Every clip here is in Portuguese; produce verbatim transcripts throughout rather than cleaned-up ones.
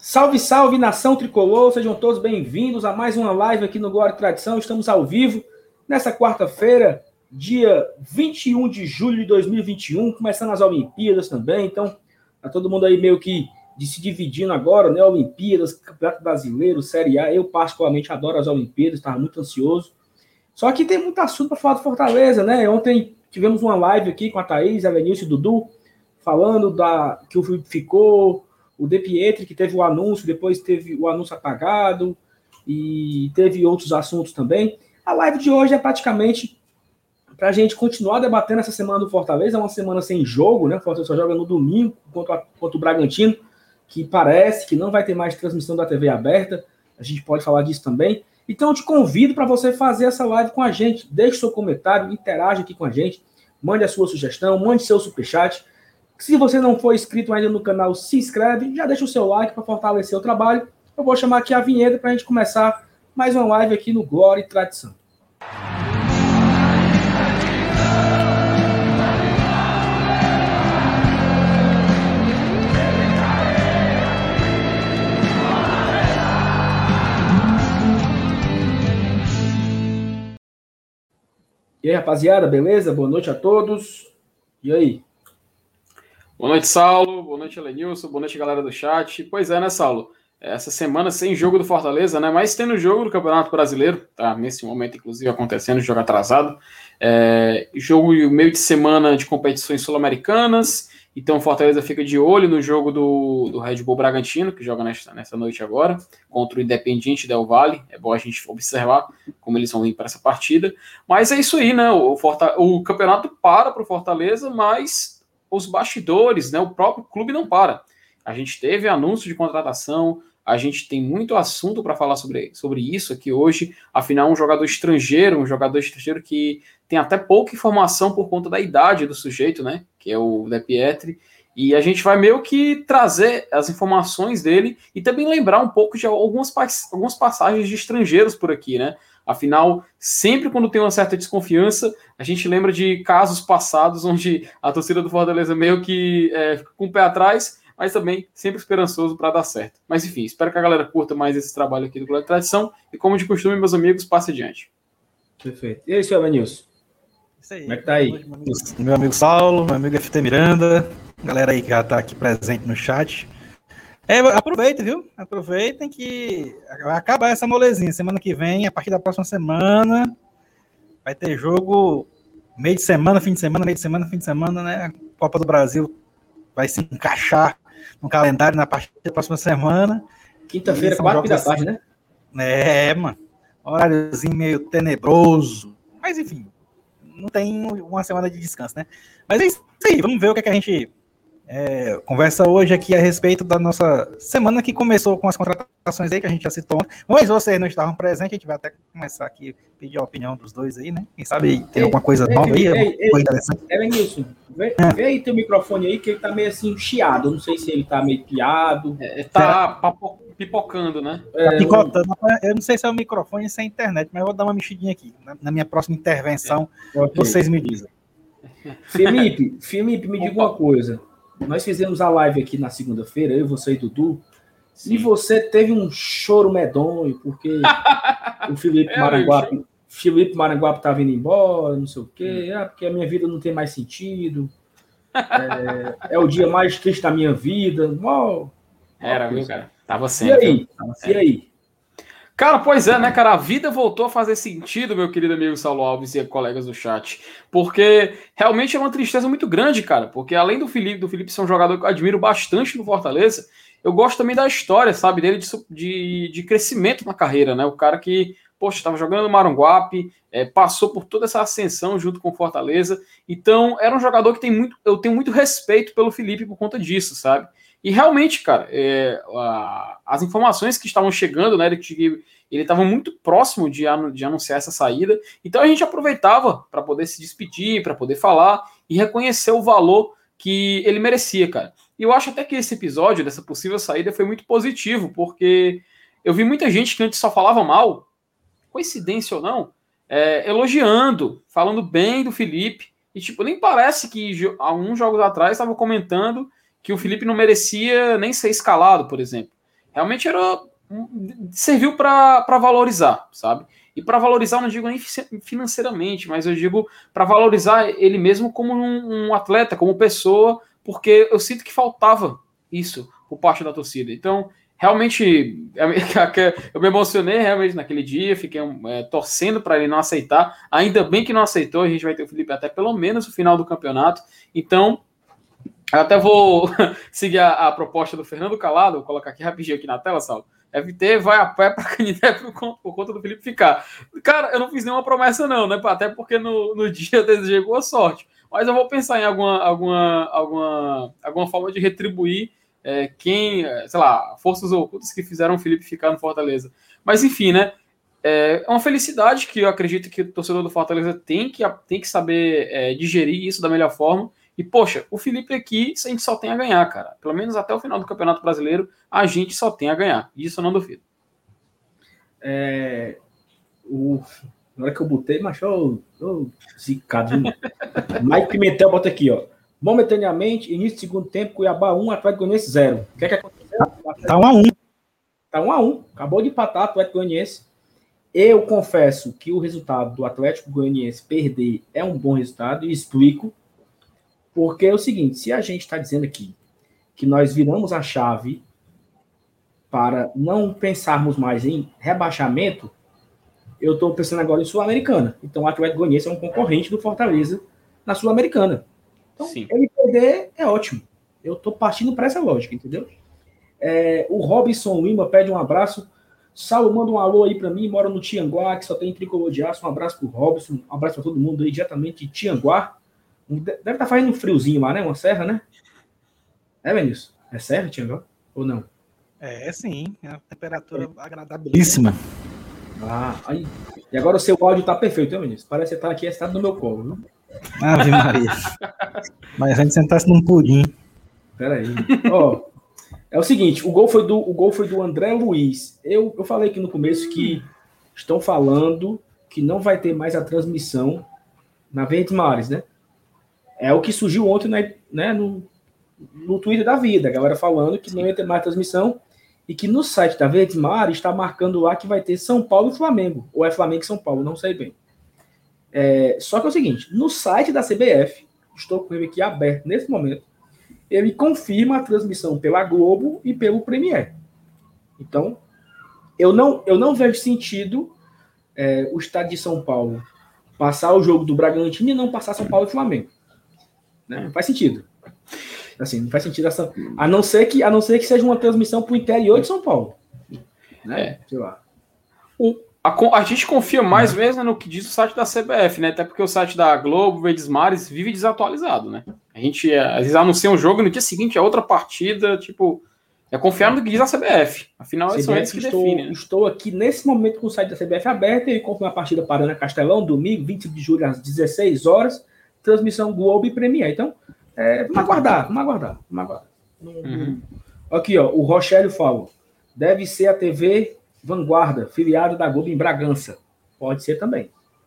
Salve, salve, nação tricolor, sejam todos bem-vindos a mais uma live aqui no Glória e Tradição. Estamos ao vivo nessa quarta-feira, dia vinte e um de julho de dois mil e vinte e um, começando as Olimpíadas também, então tá todo mundo aí meio que de se dividindo agora, né? Olimpíadas, Campeonato Brasileiro, Série A. Eu particularmente adoro as Olimpíadas, estava muito ansioso. Só que tem muito assunto para falar do Fortaleza, né? Ontem tivemos uma live aqui com a Thaís, a Vinícius e o Dudu, falando da que o Felipe ficou, o De Pietri, que teve o anúncio, depois teve o anúncio apagado, e teve outros assuntos também. A live de hoje é praticamente para a gente continuar debatendo essa semana do Fortaleza. É uma semana sem jogo, né? O Fortaleza só joga no domingo contra, contra o Bragantino, que parece que não vai ter mais transmissão da T V aberta. A gente pode falar disso também. Então eu te convido para você fazer essa live com a gente. Deixe seu comentário, interaja aqui com a gente, mande a sua sugestão, mande seu superchat. Se você não for inscrito ainda no canal, se inscreve, já deixa o seu like para fortalecer o trabalho. Eu vou chamar aqui a vinheta para a gente começar mais uma live aqui no Glória e Tradição. E aí, rapaziada, beleza? Boa noite a todos. E aí? Boa noite, Saulo. Boa noite, Elenilson. Boa noite, galera do chat. Pois é, né, Saulo? Essa semana sem jogo do Fortaleza, né? Mas tendo jogo do Campeonato Brasileiro, tá? Nesse momento, inclusive, acontecendo, jogo atrasado. É, jogo meio de semana de competições sul-americanas. Então, o Fortaleza fica de olho no jogo do, do Red Bull Bragantino, que joga nesta, nessa noite agora, contra o Independiente Del Valle. É bom a gente observar como eles vão vir para essa partida. Mas é isso aí, né? O, Forta, o campeonato para para o Fortaleza, mas os bastidores, né? O próprio clube não para. A gente teve anúncio de contratação, a gente tem muito assunto para falar sobre, sobre isso aqui hoje. Afinal, um jogador estrangeiro, um jogador estrangeiro que tem até pouca informação por conta da idade do sujeito, né? Que é o De Pietri. E a gente vai meio que trazer as informações dele e também lembrar um pouco de algumas, algumas passagens de estrangeiros por aqui, né? Afinal, sempre quando tem uma certa desconfiança, a gente lembra de casos passados onde a torcida do Fortaleza meio que é, fica com o pé atrás, mas também sempre esperançoso para dar certo. Mas enfim, espero que a galera curta mais esse trabalho aqui do Glória e Tradição e, como de costume, meus amigos, passe adiante. Perfeito. E aí, senhor Elenilson? Isso aí. Como é que tá aí? Meu amigo, meu amigo Saulo, meu amigo F T Miranda, galera aí que já tá aqui presente no chat. É, aproveitem, viu? Aproveitem que vai acabar essa molezinha. Semana que vem, a partir da próxima semana, vai ter jogo meio de semana, fim de semana, meio de semana, fim de semana, né? A Copa do Brasil vai se encaixar no calendário na partir da próxima semana. Quinta-feira, quatro da tarde, né? É, mano. Horáriozinho meio tenebroso. Mas, enfim, não tem uma semana de descanso, né? Mas é isso aí. Vamos ver o que, é que a gente é, conversa hoje aqui a respeito da nossa semana que começou com as contratações aí, que a gente já citou. Mas vocês não estavam presentes, a gente vai até começar aqui a pedir a opinião dos dois aí, né? Quem sabe tem ei, alguma coisa ei, nova ei, aí, ei, coisa interessante. É, Lenilson, vê, é. vê aí teu microfone aí, que ele tá meio assim chiado. Eu não sei se ele tá meio piado. É, tá papo, pipocando, né? É, tá picotando. Eu... eu não sei se é o microfone ou se é a internet, mas eu vou dar uma mexidinha aqui. Na, na minha próxima intervenção, é. okay. Vocês me dizem. Felipe, Felipe, me diga uma coisa. Nós fizemos a live aqui na segunda-feira, eu, você e Dudu, Sim. e você teve um choro medonho, porque o Felipe Maranguape, Felipe Maranguape tá vindo embora, não sei o quê, hum. ah, porque a minha vida não tem mais sentido, é, é o dia mais triste da minha vida. Oh, Era, viu, cara? Tava sempre. E aí? Tava sempre. E aí? Cara, pois é, né, cara? A vida voltou a fazer sentido, meu querido amigo Saulo Alves e colegas do chat. Porque realmente é uma tristeza muito grande, cara. Porque além do Felipe, do Felipe ser um jogador que eu admiro bastante no Fortaleza, eu gosto também da história, sabe, dele de, de, de crescimento na carreira, né? O cara que, poxa, estava jogando no Maranguape, é, passou por toda essa ascensão junto com o Fortaleza. Então, era um jogador que tem muito, eu tenho muito respeito pelo Felipe por conta disso, sabe? E realmente, cara, é, a, as informações que estavam chegando, né, de que ele estava muito próximo de, de anunciar essa saída, então a gente aproveitava para poder se despedir, para poder falar e reconhecer o valor que ele merecia, cara. E eu acho até que esse episódio dessa possível saída foi muito positivo, porque eu vi muita gente que antes só falava mal, coincidência ou não, é, elogiando, falando bem do Felipe, e tipo, nem parece que há uns jogos atrás estava comentando que o Felipe não merecia nem ser escalado, por exemplo. realmente era serviu para valorizar, sabe? E para valorizar, eu não digo nem financeiramente, mas eu digo para valorizar ele mesmo como um, um atleta, como pessoa, porque eu sinto que faltava isso por parte da torcida. Então, realmente, eu me emocionei realmente naquele dia, fiquei é, torcendo para ele não aceitar. Ainda bem que não aceitou, a gente vai ter o Felipe até pelo menos o final do campeonato. Então, eu até vou seguir a, a proposta do Fernando Calado, vou colocar aqui rapidinho aqui na tela, Saulo. F T vai a pé para Canindé por, por conta do Felipe ficar. Cara, eu não fiz nenhuma promessa não, né? Até porque no, no dia eu desejei boa sorte. Mas eu vou pensar em alguma, alguma, alguma, alguma forma de retribuir é, quem, sei lá, forças ocultas que fizeram o Felipe ficar no Fortaleza. Mas enfim, né? É uma felicidade que eu acredito que o torcedor do Fortaleza tem que, tem que saber é, digerir isso da melhor forma. E, poxa, o Felipe aqui, a gente só tem a ganhar, cara. Pelo menos até o final do Campeonato Brasileiro, a gente só tem a ganhar. Isso eu não duvido. É, o, na hora que eu botei, mas eu, eu zicado. Mike Pimentel bota aqui, ó. Momentaneamente, início do segundo tempo, Cuiabá um, Atlético Goianiense zero. O que é que aconteceu? Tá um a um. Tá um a um. Acabou de empatar o Atlético Goianiense. Eu confesso que o resultado do Atlético Goianiense perder é um bom resultado e explico. Porque é o seguinte, se a gente está dizendo aqui que nós viramos a chave para não pensarmos mais em rebaixamento, eu estou pensando agora em Sul-Americana. Então, o Atlético Goianiense é um concorrente do Fortaleza na Sul-Americana. Então, Sim. ele perder é ótimo. Eu estou partindo para essa lógica, entendeu? É, o Robinson Lima pede um abraço. Saulo, manda um alô aí para mim, mora no Tianguá, que só tem tricolor de aço. Um abraço para o Robinson, um abraço para todo mundo aí, diretamente de Tianguá. Deve estar tá fazendo um friozinho lá, né? Uma serra, né? É, Vinícius? É serra, Tianguá? Ou não? É, sim. É uma temperatura é. agradabilíssima. Ah, aí. E agora o seu áudio tá perfeito, hein, Vinícius? Parece que você tá aqui sentado no meu colo, viu? Ave Maria. Mas a gente sentasse num pudim. Peraí. Ó, é o seguinte, o gol foi do, o gol foi do André Luiz. Eu, eu falei aqui no começo que estão falando que não vai ter mais a transmissão na Verdes Mares, né? É o que surgiu ontem, né, né, no, no Twitter da vida, a galera falando que não ia ter mais transmissão e que no site da Verdes Mares está marcando lá que vai ter São Paulo e Flamengo, ou é Flamengo e São Paulo, não sei bem. É, só que é o seguinte, no site da C B F, estou com ele aqui aberto nesse momento, ele confirma a transmissão pela Globo e pelo Premier. Então, eu não, eu não vejo sentido é, o estado de São Paulo passar o jogo do Bragantino e não passar São Paulo e Flamengo. Né? Não faz sentido. Assim, não faz sentido essa. A não ser que, a não ser que seja uma transmissão para o interior de São Paulo. Né? É. Sei lá. O, a, a gente confia mais mesmo no que diz o site da C B F, né? Até porque o site da Globo, Verdes Mares, vive desatualizado, né? A gente às vezes anuncia um jogo e no dia seguinte é outra partida, tipo. É confiar no que diz a C B F. Afinal, C B F, são eles que estou, definem. Né? Estou aqui nesse momento com o site da C B F aberto e confirma a partida Paraná Castelão, domingo, vinte e cinco de julho, às dezesseis horas. Transmissão Globo e Premier. Então, é, vamos aguardar, vamos aguardar. Vamos aguardar. Uhum. Aqui, ó, o Rochelio fala. Deve ser a T V Vanguarda, filiada da Globo em Bragança. Pode ser também.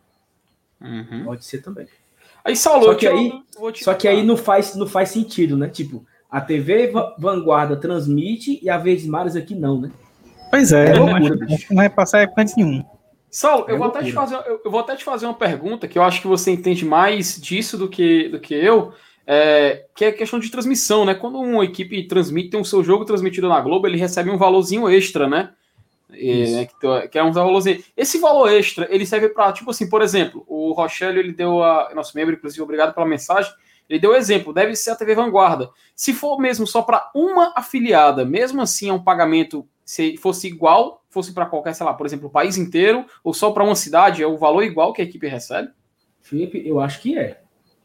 Uhum. Pode ser também. Aí, Saulo, só que, aí, te... só que aí não faz, não faz sentido, né? Tipo, a T V Vanguarda transmite e a Verdes Mares aqui não, né? Pois é, é loucura, acho que não vai passar em canto nenhum. Saulo, é eu, vou até te fazer, eu, eu vou até te fazer uma pergunta que eu acho que você entende mais disso do que, do que eu, é, que é questão de transmissão, né? Quando uma equipe transmite, tem o seu jogo transmitido na Globo, ele recebe um valorzinho extra, né? E, né que, que é um valorzinho. Esse valor extra, ele serve para, tipo assim, por exemplo, o Rochelio, ele deu a. Nosso membro, inclusive, obrigado pela mensagem. Ele deu exemplo, deve ser a T V Vanguarda. Se for mesmo só para uma afiliada, mesmo assim é um pagamento, se fosse igual, fosse para qualquer, sei lá, por exemplo, o país inteiro, ou só para uma cidade, é o valor igual que a equipe recebe? Felipe, eu acho que é.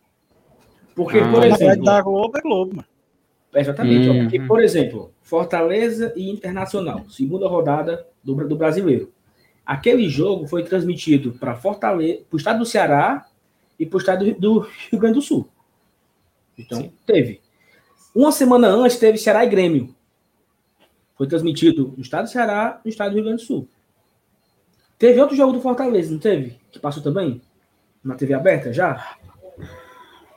Porque, ah, por exemplo... da Globo é Globo, mano. Exatamente. Uhum. Porque, por exemplo, Fortaleza e Internacional, segunda rodada do, do Brasileiro. Aquele jogo foi transmitido para Fortaleza, para o estado do Ceará e para o estado do, do Rio Grande do Sul. Então, Sim. teve. Uma semana antes, teve Ceará e Grêmio. Foi transmitido no estado do Ceará e no estado do Rio Grande do Sul. Teve outro jogo do Fortaleza, não teve? Que passou também? Na T V aberta, já?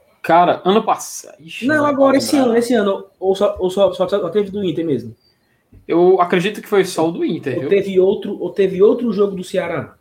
Cara, ano passado... Ixi, não, agora, esse ano, esse ano. Ou só, ou só, só, só teve do Inter mesmo? Eu acredito que foi só o do Inter, ou viu? teve outro, ou teve outro jogo do Ceará?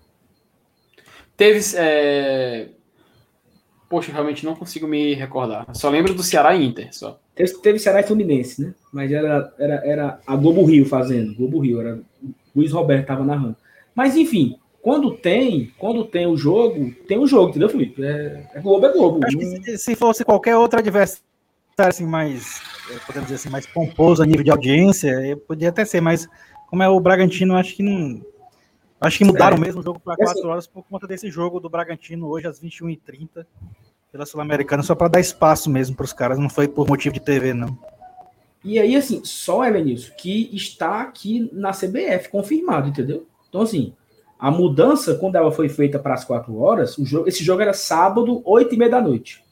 Teve. É... Poxa, realmente não consigo me recordar. Só lembro do Ceará e Inter, só. Teve, teve Ceará e Fluminense, né? Mas era, era, era a Globo Rio fazendo. Globo Rio, era Luiz Roberto estava narrando. Mas enfim, quando tem, quando tem o jogo, tem o jogo, entendeu, Felipe? É, é Globo, é Globo. Acho que se, se fosse qualquer outro adversário assim, mais, podemos dizer assim, mais pomposo a nível de audiência, podia até ser, mas como é o Bragantino, acho que não. Acho que mudaram é. mesmo o jogo para quatro horas por conta desse jogo do Bragantino hoje às vinte e uma e trinta pela Sul-Americana, só para dar espaço mesmo para os caras, não foi por motivo de T V, não. E aí, assim, só, Elenilson, que está aqui na C B F, confirmado, entendeu? Então, assim, a mudança, quando ela foi feita para as quatro horas, o jogo, esse jogo era sábado, oito e meia da noite.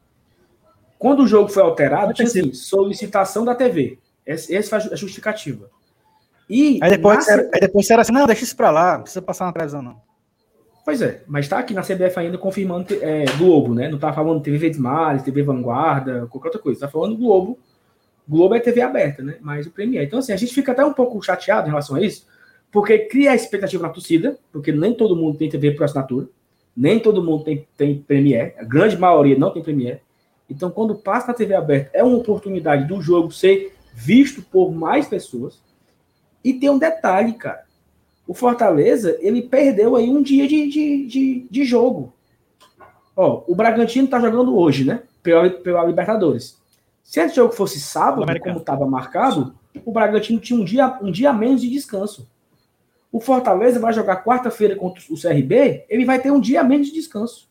Quando o jogo foi alterado, tinha, assim, solicitação da T V. Essa foi a justificativa. E aí, depois era, aí depois era assim, não, deixa isso para lá, não precisa passar na televisão, não. Pois é, mas está aqui na C B F ainda confirmando é, Globo, né? Não está falando T V Verdes Mares, T V Vanguarda, qualquer outra coisa. Está falando Globo. Globo é T V aberta, né? Mas o Premier. Então, assim, a gente fica até um pouco chateado em relação a isso, porque cria a expectativa na torcida, porque nem todo mundo tem T V por assinatura, nem todo mundo tem, tem Premier, a grande maioria não tem Premier. Então, quando passa na T V aberta, é uma oportunidade do jogo ser visto por mais pessoas. E tem um detalhe, cara. O Fortaleza, ele perdeu aí um dia de, de, de, de jogo. Ó, o Bragantino tá jogando hoje, né? Pela, pela Libertadores. Se esse jogo fosse sábado, como estava marcado, o Bragantino tinha um dia, um dia a menos de descanso. O Fortaleza vai jogar quarta-feira contra o C R B, ele vai ter um dia a menos de descanso.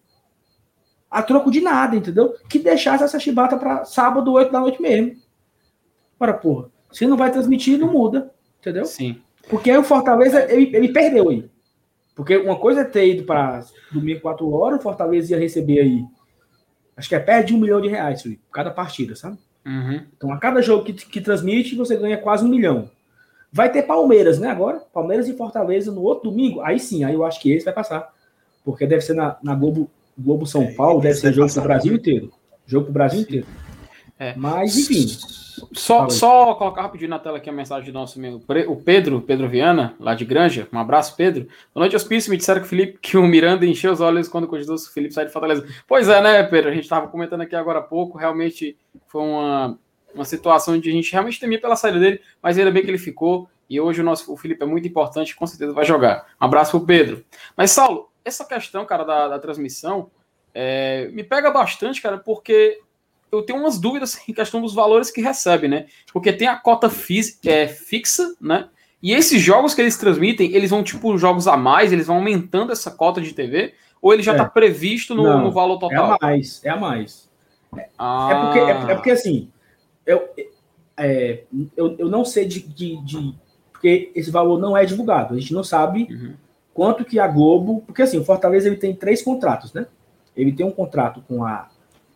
A troco de nada, entendeu? Que deixasse essa chibata para sábado, oito da noite mesmo. Ora, porra, se não vai transmitir, não muda, entendeu? Sim. Porque aí o Fortaleza, ele, ele perdeu aí. Porque uma coisa é ter ido para domingo quatro horas, o Fortaleza ia receber aí, acho que é perto de um milhão de reais, Felipe, cada partida, sabe? Uhum. Então, a cada jogo que, que transmite, você ganha quase um milhão. Vai ter Palmeiras, né, agora? Palmeiras e Fortaleza no outro domingo. Aí sim, aí eu acho que esse vai passar. Porque deve ser na, na Globo, Globo São Paulo, é, deve ser jogo para o Brasil inteiro. Jogo para o Brasil inteiro. É. Mas, enfim... Só, só colocar rapidinho na tela aqui a mensagem do nosso amigo, o Pedro, Pedro Viana, lá de Granja. Um abraço, Pedro. Boa noite, Hospício. Me disseram que o Felipe, que o Miranda encheu os olhos quando cogitou que o Felipe sai de Fortaleza. Pois é, né, Pedro? A gente estava comentando aqui agora há pouco. Realmente foi uma, uma situação onde a gente realmente temia pela saída dele, mas ainda bem que ele ficou. E hoje o nosso o Felipe é muito importante, com certeza vai jogar. Um abraço pro Pedro. Mas, Saulo, essa questão, cara, da, da transmissão é, me pega bastante, cara, porque eu tenho umas dúvidas em questão dos valores que recebe, né? Porque tem a cota fis, é, fixa, né? E esses jogos que eles transmitem, eles vão, tipo, jogos a mais, eles vão aumentando essa cota de T V, ou ele já está é. previsto no, no valor total? É a mais, é a mais. É, ah. é, porque, é, é porque, assim, eu, é, eu, eu não sei de, de, de... Porque esse valor não é divulgado. A gente não sabe uhum. quanto que a Globo... Porque, assim, o Fortaleza ele tem três contratos, né? Ele tem um contrato com a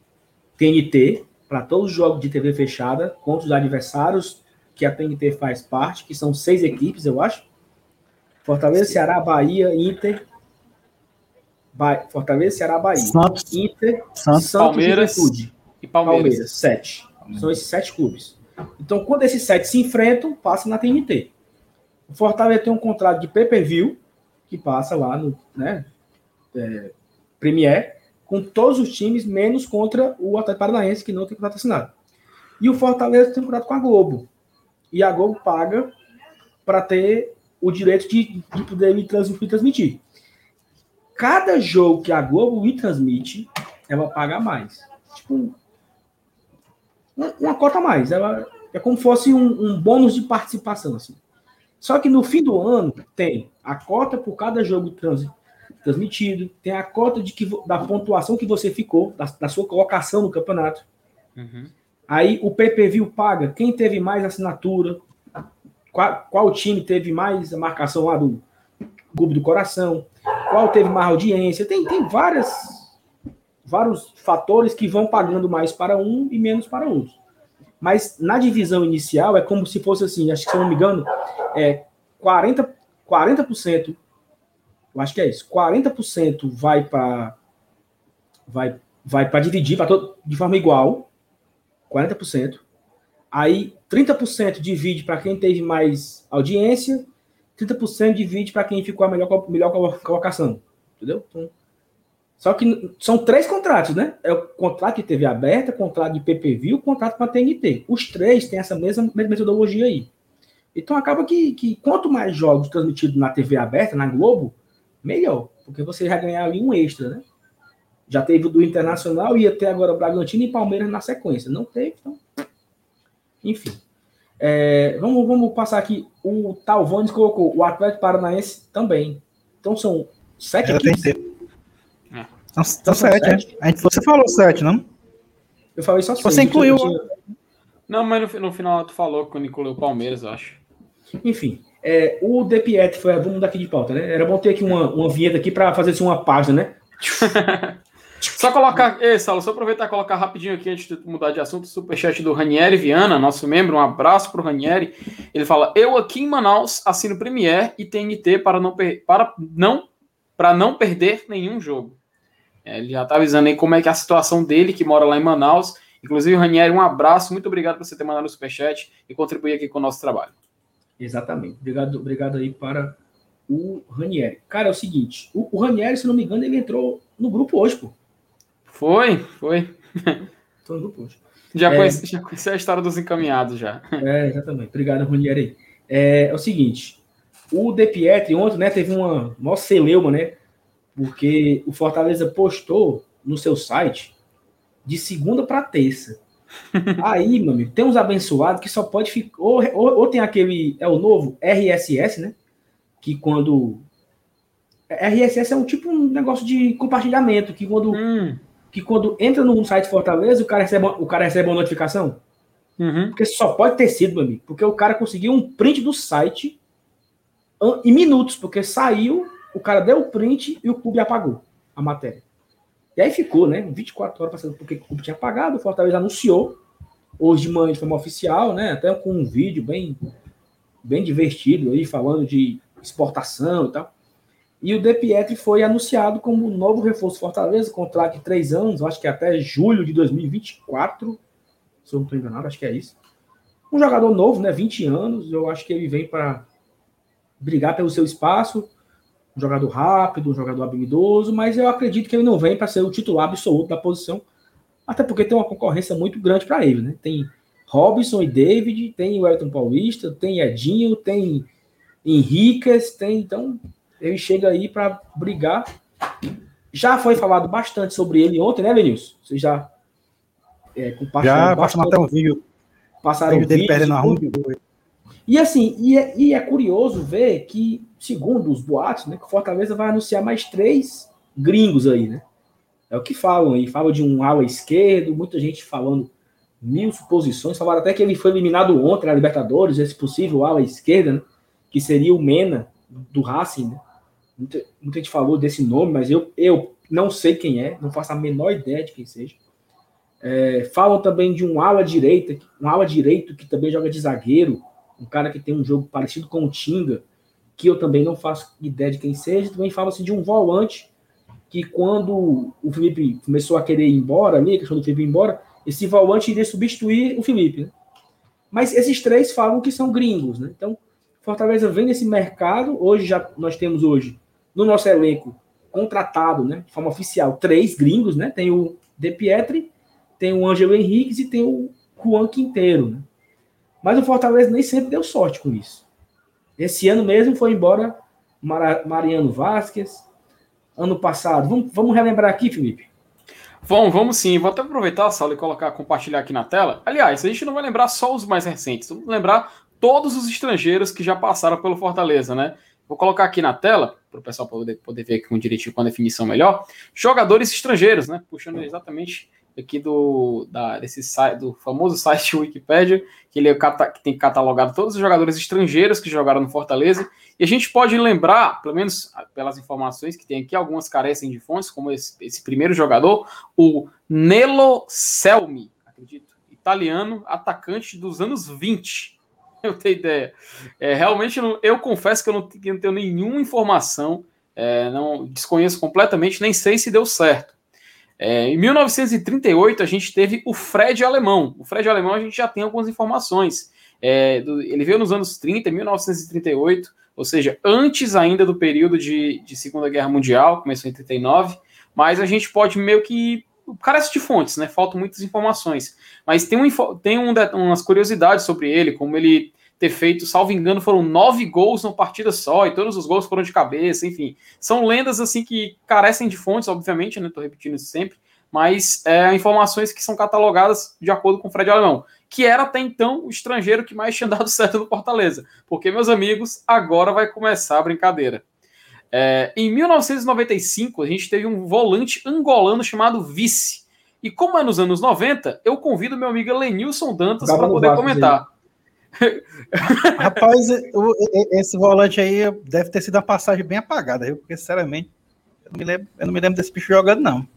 T N T, para todos os jogos de T V fechada, contra os adversários que a T N T faz parte, que são seis equipes, eu acho. Fortaleza, Sim. Ceará, Bahia, Inter... Ba... Fortaleza, Ceará, Bahia. Santos, Inter, Santos, Santos Palmeiras Juventude, e Palmeiras. Palmeiras, sete. Palmeiras. São esses sete clubes. Então, quando esses sete se enfrentam, passa na T N T. O Fortaleza tem um contrato de pay-per-view, que passa lá no né, é, Premier, com todos os times, menos contra o Atlético Paranaense, que não tem contrato assinado. E o Fortaleza tem um contrato com a Globo. E a Globo paga para ter o direito de, de poder me transmitir, transmitir. Cada jogo que a Globo me transmite, ela paga mais. Tipo, uma, uma cota a mais. Ela, é como se fosse um, um bônus de participação. Assim. Só que no fim do ano, tem a cota por cada jogo trans, transmitido, tem a cota de que, da pontuação que você ficou, da, da sua colocação no campeonato. Uhum. Aí o pay-per-view paga quem teve mais assinatura, qual, qual time teve mais a marcação lá do Clube do Coração, qual teve mais audiência. Tem, tem várias, vários fatores que vão pagando mais para um e menos para outro. Mas na divisão inicial é como se fosse assim, acho que se eu não me engano, é quarenta, quarenta por cento, eu acho que é isso, quarenta por cento vai para vai, vai para dividir pra todo, de forma igual, quarenta por cento. Aí trinta por cento divide para quem teve mais audiência, trinta por cento divide para quem ficou a melhor, melhor colocação. Entendeu? Então, só que são três contratos, né? É o contrato de T V aberta, contrato de P P V e o contrato com a T N T. Os três têm essa mesma metodologia aí. Então acaba que, que quanto mais jogos transmitidos na T V aberta, na Globo, melhor. Porque você vai ganhar ali um extra, né? Já teve o do Internacional, ia ter agora o Bragantino e Palmeiras na sequência. Não teve, então... Enfim. É, vamos, vamos passar aqui. O Talvanes colocou o Atlético Paranaense também. Então são sete Ela equipes. Tem São, são são sete, sete. né? A gente, você falou sete, não? Eu falei só seis. Você incluiu. Eu tinha- Não, mas no, no final tu falou que quando incluiu o Palmeiras, eu acho. Enfim, é, o De Pietri foi. Vamos daqui de pauta, né? Era bom ter aqui uma, uma vinheta aqui para fazer assim, uma página, né? Só colocar, ei, Saulo, só aproveitar e colocar rapidinho aqui antes de mudar de assunto, o superchat do Ranieri Viana, nosso membro, um abraço pro Ranieri. Ele fala: eu aqui em Manaus assino Premiere e T N T para não, per- para não, para não perder nenhum jogo. É, ele já tá avisando aí como é que é a situação dele, que mora lá em Manaus. Inclusive, Ranieri, um abraço, muito obrigado por você ter mandado o superchat e contribuir aqui com o nosso trabalho. Exatamente. Obrigado, obrigado aí para o Ranieri. Cara, é o seguinte: o, o Ranieri, se não me engano, ele entrou no grupo hoje, pô. Foi, foi. Entrou no grupo hoje. Já, É. conheci, já conheci a história dos encaminhados já. É, exatamente. Obrigado, Ranieri aí. É, é o seguinte: o De Pietri ontem, né, teve uma maior celeuma, né? Porque o Fortaleza postou no seu site de segunda para terça. Aí, meu amigo, tem uns abençoados que só pode ficar. Ou, ou, ou tem aquele. É o novo R S S, né? Que quando. R S S é um tipo um negócio de compartilhamento. Que quando, Hum, que quando entra no site Fortaleza, o cara recebe, o cara recebe uma notificação. uhum. Porque só pode ter sido, meu amigo. Porque o cara conseguiu um print do site em minutos. Porque saiu, o cara deu o print e o clube apagou a matéria. E aí ficou, né? vinte e quatro horas passando porque o clube tinha apagado. O Fortaleza anunciou hoje de manhã de forma oficial, né? Até com um vídeo bem, bem divertido aí, falando de exportação e tal. E o De Pietri foi anunciado como novo reforço Fortaleza, contrato de três anos, acho que até julho de dois mil e vinte e quatro, se eu não estou enganado, acho que é isso. Um jogador novo, né? vinte anos, eu acho que ele vem para brigar pelo seu espaço, um jogador rápido, um jogador habilidoso, mas eu acredito que ele não vem para ser o titular absoluto da posição, até porque tem uma concorrência muito grande para ele, né? Tem Robinson e David, tem o Elton Paulista, tem Edinho, tem Henriquez, tem, então ele chega aí para brigar. Já foi falado bastante sobre ele ontem, né, Vinícius? Você já é, compartilharam Já passou até um vídeo, passaram vídeo dele vídeos perdendo e a tudo. ruim. E assim, e é, e é curioso ver que, segundo os boatos, né, que o Fortaleza vai anunciar mais três gringos aí, né? É o que falam aí. Falam de um ala esquerdo, muita gente falando mil suposições. Falaram até que ele foi eliminado ontem na Libertadores, esse possível ala esquerda, né? Que seria o Mena, do Racing, né? Muita, muita gente falou desse nome, mas eu, eu não sei quem é, não faço a menor ideia de quem seja. É, falam também de um ala direita, um ala direito que também joga de zagueiro, um cara que tem um jogo parecido com o Tinga, que eu também não faço ideia de quem seja. Também fala-se de um volante que quando o Felipe começou a querer ir embora ali, a questão do Felipe ir embora, esse volante iria substituir o Felipe, né? Mas esses três falam que são gringos, né? Então, Fortaleza vem nesse mercado. Hoje já nós temos hoje no nosso elenco contratado, né, de forma oficial, três gringos, né? Tem o De Pietri, tem o Ângelo Henriquez e tem o Juan Quinteiro, né? Mas o Fortaleza nem sempre deu sorte com isso. Esse ano mesmo foi embora Mar- Mariano Vasquez. Ano passado. Vamos, vamos relembrar aqui, Felipe? Vamos, vamos sim. Vou até aproveitar a sala e colocar, compartilhar aqui na tela. Aliás, a gente não vai lembrar só os mais recentes, vamos lembrar todos os estrangeiros que já passaram pelo Fortaleza, né? Vou colocar aqui na tela, para o pessoal poder, poder ver aqui com direitinho, com a definição melhor. Jogadores estrangeiros, né? Puxando exatamente aqui do, da, desse site, do famoso site Wikipedia, que ele é, que tem catalogado todos os jogadores estrangeiros que jogaram no Fortaleza. E a gente pode lembrar, pelo menos pelas informações que tem aqui, algumas carecem de fontes, como esse, esse primeiro jogador, o Nelo Selmi, acredito, italiano, atacante dos anos vinte. Eu tenho ideia. É, realmente, eu, eu confesso que eu não, que não tenho nenhuma informação, é, não desconheço completamente, nem sei se deu certo. É, em mil novecentos e trinta e oito, a gente teve o Fred Alemão. O Fred Alemão a gente já tem algumas informações. É, do, ele veio nos anos trinta, mil novecentos e trinta e oito, ou seja, antes ainda do período de, de Segunda Guerra Mundial, começou em trinta e nove, mas a gente pode meio que... carece de fontes, né? Faltam muitas informações. Mas tem, um, tem um, umas curiosidades sobre ele, como ele ter feito, salvo engano, foram nove gols numa partida só, e todos os gols foram de cabeça, enfim. São lendas, assim, que carecem de fontes, obviamente, né? Tô repetindo isso sempre, mas é, informações que são catalogadas de acordo com o Fred Alemão, que era até então o estrangeiro que mais tinha dado certo no Fortaleza. Porque, meus amigos, agora vai começar a brincadeira. É, em mil novecentos e noventa e cinco, a gente teve um volante angolano chamado Vice. E como é nos anos noventa, eu convido meu amigo Lenilson Dantas para poder comentar. Rapaz, o, esse volante aí deve ter sido uma passagem bem apagada, viu? Porque, sinceramente, eu não me lembro, eu não me lembro desse bicho jogando, não.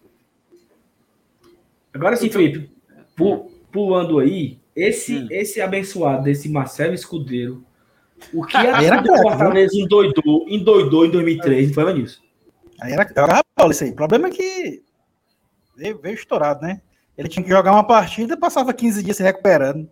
Agora sim, Felipe, pulando aí, esse, hum. esse abençoado desse Marcelo Escudeiro, o que era, era do Fortaleza endoidou, endoidou em dois mil e três, não foi nisso? Aí era, era Paulo, isso aí. O problema é que veio, veio estourado, né? Ele tinha que jogar uma partida, passava quinze dias se recuperando.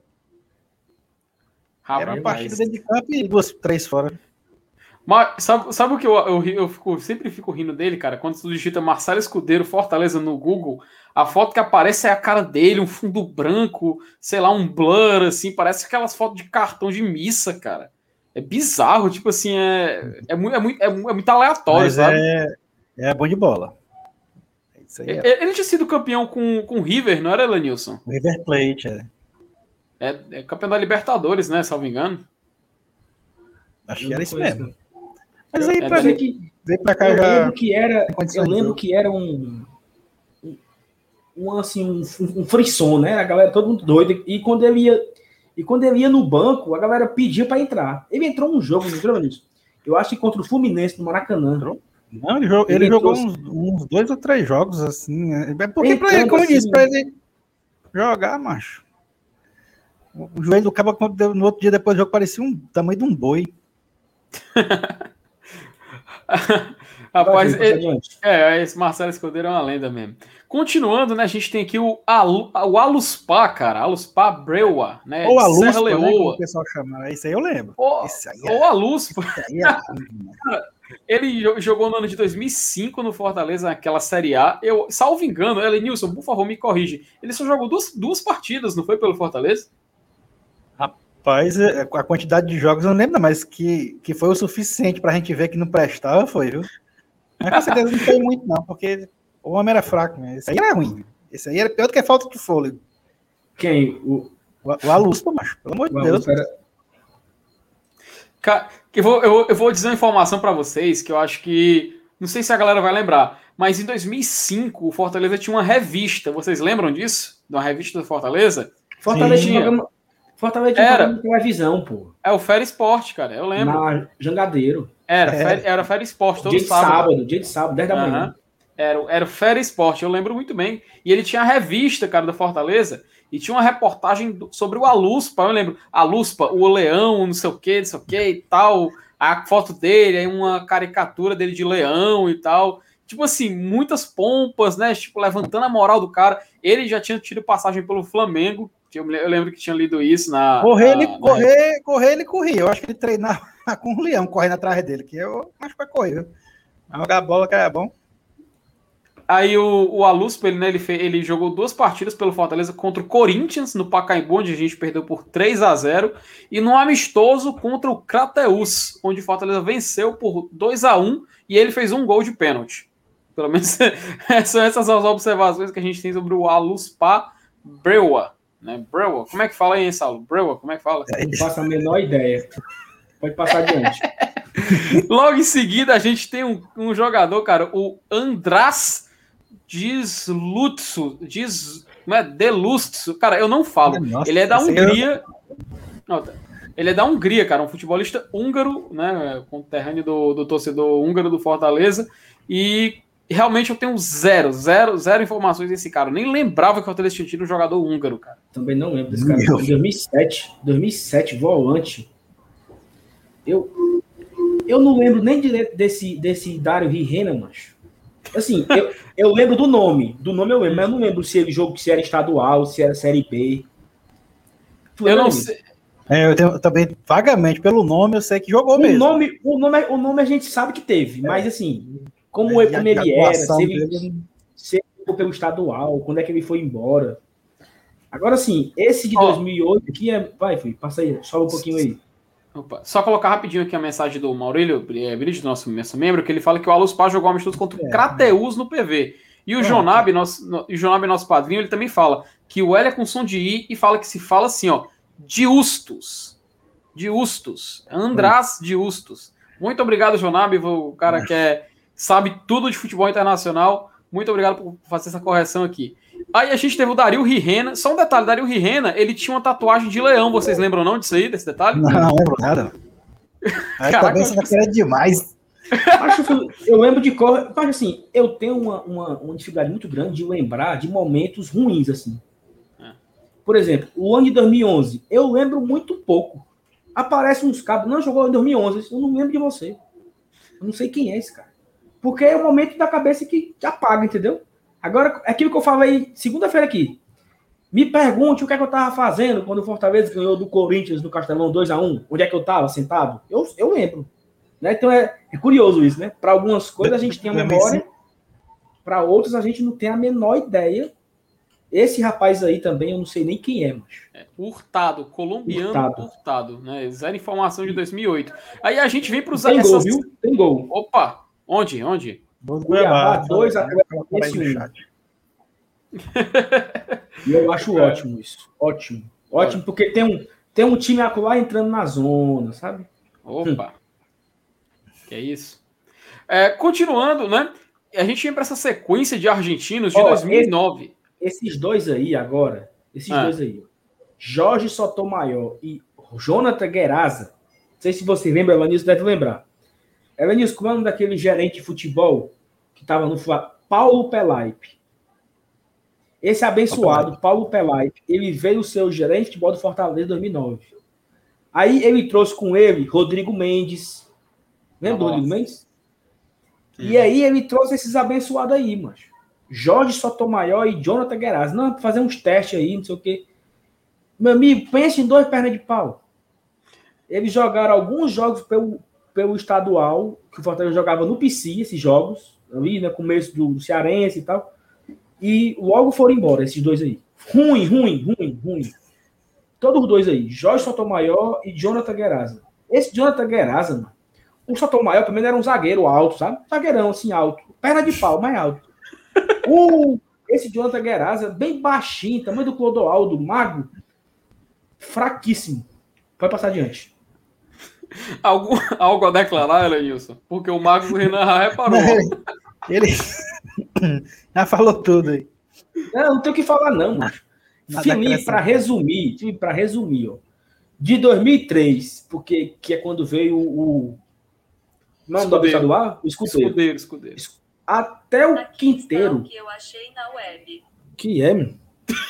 Era uma partida dentro de campo e duas, três fora. Mas sabe, sabe o que eu, eu, eu fico, sempre fico rindo dele, cara? Quando tu digita Marcelo Escudeiro Fortaleza no Google, a foto que aparece é a cara dele, um fundo branco, sei lá, um blur, assim, parece aquelas fotos de cartão de missa, cara. É bizarro, tipo assim, é, é, muito, é, muito, é muito aleatório, mas sabe? É, é bom de bola. Isso aí é. Ele tinha sido campeão com o River, não era, Elenilson? River Plate, é. É, é campeão da Libertadores, né, salvo engano. Acho que era isso mesmo. Mas aí, pra é, ver que veio pra cá eu já... lembro que era, eu lembro que era um, um assim, um, um frisson, né? A galera todo mundo doido. E quando ele ia, e quando ele ia no banco, a galera pedia para entrar. Ele entrou num jogo, não entrou nisso? Eu acho que contra o Fluminense no Maracanã. Entrou? Não, ele, jogou, ele, ele jogou uns, uns dois ou três jogos, assim. É porque, pra ele, como assim, eu disse, pra ele jogar, macho. O joelho do cabo no outro dia depois do jogo parecia um tamanho de um boi. Rapaz, ele, é, esse Marcelo Escudeiro é uma lenda mesmo. Continuando, né, a gente tem aqui o, Alu, o Aluspá, cara, Aluspá Breua, né, ou Aluspa, Serra Leoa. Né, como o pessoal chama, isso aí eu lembro. Ou, esse aí é, ou Aluspa. Aí é... Ele jogou no ano de dois mil e cinco no Fortaleza, naquela Série A. Eu, salvo engano, Elenilson, por favor, me corrige. Ele só jogou duas, duas partidas, não foi pelo Fortaleza? Rapaz, a quantidade de jogos eu não lembro, mas que, que foi o suficiente pra gente ver que não prestava, foi, viu? Mas com certeza não foi muito, não, porque o homem era fraco, né? Esse aí era ruim. Esse aí era pior do que a falta de fôlego. Quem? O, o, o Aluspa, macho, pelo amor de Deus. Era... Cara, eu, vou, eu, eu vou dizer uma informação pra vocês que eu acho que... Não sei se a galera vai lembrar, mas em dois mil e cinco o Fortaleza tinha uma revista. Vocês lembram disso? De uma revista do Fortaleza? Fortaleza tinha... Programa... Fortaleza tinha era um televisão, pô. É o Fera Esporte, cara, eu lembro. Na Jangadeiro. Era, é. Fera, era Fera Esporte, todo dia de sábado. sábado. Dia de sábado, dez da uhum. manhã. Era, era o Fera Esporte, eu lembro muito bem. E ele tinha a revista, cara, da Fortaleza, e tinha uma reportagem do, sobre o Aluspa, eu lembro. Aluspa, o leão, não sei o que, não sei o que e tal. A foto dele, aí uma caricatura dele de leão e tal. Tipo assim, muitas pompas, né? Tipo, levantando a moral do cara. Ele já tinha tido passagem pelo Flamengo. Eu lembro que tinha lido isso na... Correr, na, ele, na... correr, correr, ele corria. Eu acho que ele treinava com um leão correndo atrás dele, que eu acho que vai correr, viu? Vai jogar a bola, que é bom. Aí o, o Aluspa, ele, né, ele, fez, ele jogou duas partidas pelo Fortaleza contra o Corinthians, no Pacaembu, onde a gente perdeu por três a zero, e no amistoso contra o Crateús, onde o Fortaleza venceu por dois a um, e ele fez um gol de pênalti. Pelo menos são essas as observações que a gente tem sobre o Aluspa Breua. Né? Breua, como é que fala aí, Saulo? Breua, como é que fala? Não faço a menor ideia. Pode passar adiante. Logo em seguida, a gente tem um, um jogador, cara, o András Deslutsu, Des, não é Delustsu, cara, eu não falo. Nossa, ele é da Hungria. Eu... Ele é da Hungria, cara, um futebolista húngaro, né, conterrâneo do, do torcedor húngaro do Fortaleza, e realmente eu tenho zero, zero, zero informações desse cara. Eu nem lembrava que o Fortaleza tinha tido um jogador húngaro, cara. Também não lembro desse cara. Em dois mil e sete, dois mil e sete, volante. Eu, eu não lembro nem direito desse, desse Dario Rihena, macho. Assim, eu, eu lembro do nome. Do nome eu lembro, mas eu não lembro se ele jogo se era estadual, se era Série B. Tu eu não sei. É, eu tenho também, vagamente, pelo nome, eu sei que jogou o mesmo. Nome, o, nome, o nome a gente sabe que teve, é. Mas assim, como, é, como ele era, se ele, dele... se ele ficou pelo estadual, quando é que ele foi embora. Agora sim, esse de oh. dois mil e oito aqui é... Vai, filho, passa aí, sobe um pouquinho aí. Opa. Só colocar rapidinho aqui a mensagem do Maurílio Brito, nosso, nosso membro, que ele fala que o Alus Paz jogou amistoso contra o é, Crateus no P V. E o é, Jonab, nosso, no, o Jonab, nosso padrinho, ele também fala que o L é com som de I e fala que se fala assim, ó, de Ustos. De Ustos. András de Ustos. Muito obrigado, Jonab, o cara que é, sabe tudo de futebol internacional. Muito obrigado por fazer essa correção aqui. Aí a gente teve o Dario Rirena. Só um detalhe, Dario Rirena, ele tinha uma tatuagem de leão. Vocês lembram não disso aí, desse detalhe? Não, não lembro nada. A cabeça daquela é demais. Acho que eu lembro de cor, mas assim, eu tenho uma, uma, uma dificuldade muito grande de lembrar de momentos ruins, assim. É. Por exemplo, o ano de dois mil e onze, eu lembro muito pouco. Aparece uns cabos, não jogou em dois mil e onze, eu não lembro de você. Eu não sei quem é esse cara. Porque é o momento da cabeça que apaga, entendeu? Agora, aquilo que eu falei segunda-feira aqui. Me pergunte o que é que eu tava fazendo quando o Fortaleza ganhou do Corinthians no Castelão dois a um. Onde é que eu tava sentado? Eu, eu lembro. Né? Então é, é curioso isso, né? Para algumas coisas a gente tem a memória, para outras a gente não tem a menor ideia. Esse rapaz aí também eu não sei nem quem é, mas é, Hurtado, colombiano Hurtado. Hurtado, né? Zero informação de dois mil e oito. Aí a gente vem para os tem gol, viu? Tem gol. Opa, onde? Onde? Cuiabá dois a esse um. E eu acho ótimo isso, ótimo, ótimo, porque tem um tem um time lá entrando na zona, sabe? Opa. Hum. Que é isso. É, continuando, né? A gente vem para essa sequência de argentinos de oh, dois mil e nove. Esse, esses dois aí agora, esses ah. dois aí, Jorge Sotomayor e Jonathan Gueraza. Não sei se você lembra, Evanilson deve lembrar. Evanilson, como é o nome daquele gerente de futebol que estava no Paulo Pelaipe. Esse abençoado, Paulo Pelaipe, ele veio ser o gerente de futebol do Fortaleza em dois mil e nove. Aí ele trouxe com ele Rodrigo Mendes. Lembra do Rodrigo Mendes? Sim. E aí ele trouxe esses abençoados aí, mas Jorge Sotomayor e Jonathan Gueraza. Não, para fazer uns testes aí, não sei o quê. Meu amigo, pense em dois pernas de pau. Eles jogaram alguns jogos pelo, pelo estadual, que o Fortaleza jogava no P C, esses jogos, ali, né, começo do, do Cearense e tal. E logo foram embora, esses dois aí. Ruim, ruim, ruim, ruim. Todos os dois aí. Jorge Sotomayor e Jonathan Gueraza. Esse Jonathan Gueraza, mano. O Sotomayor primeiro era um zagueiro alto, sabe? Zagueirão, assim, alto. Perna de pau, mais alto. O, esse Jonathan Gueraza, bem baixinho, tamanho do Clodoaldo, mago. Fraquíssimo. Pode passar adiante. Algo, algo a declarar, Elenilson? Porque o Marcos Renan já reparou. Ele já falou tudo aí. Não, não tem o que falar, não, mano. Felipe, para resumir, para resumir, ó, de dois mil e três, porque que é quando veio o nome do estadual, o escudeiro. Escudeiro, escudeiro. Até o Aqui Quinteiro. Que eu achei na web. Que é, meu?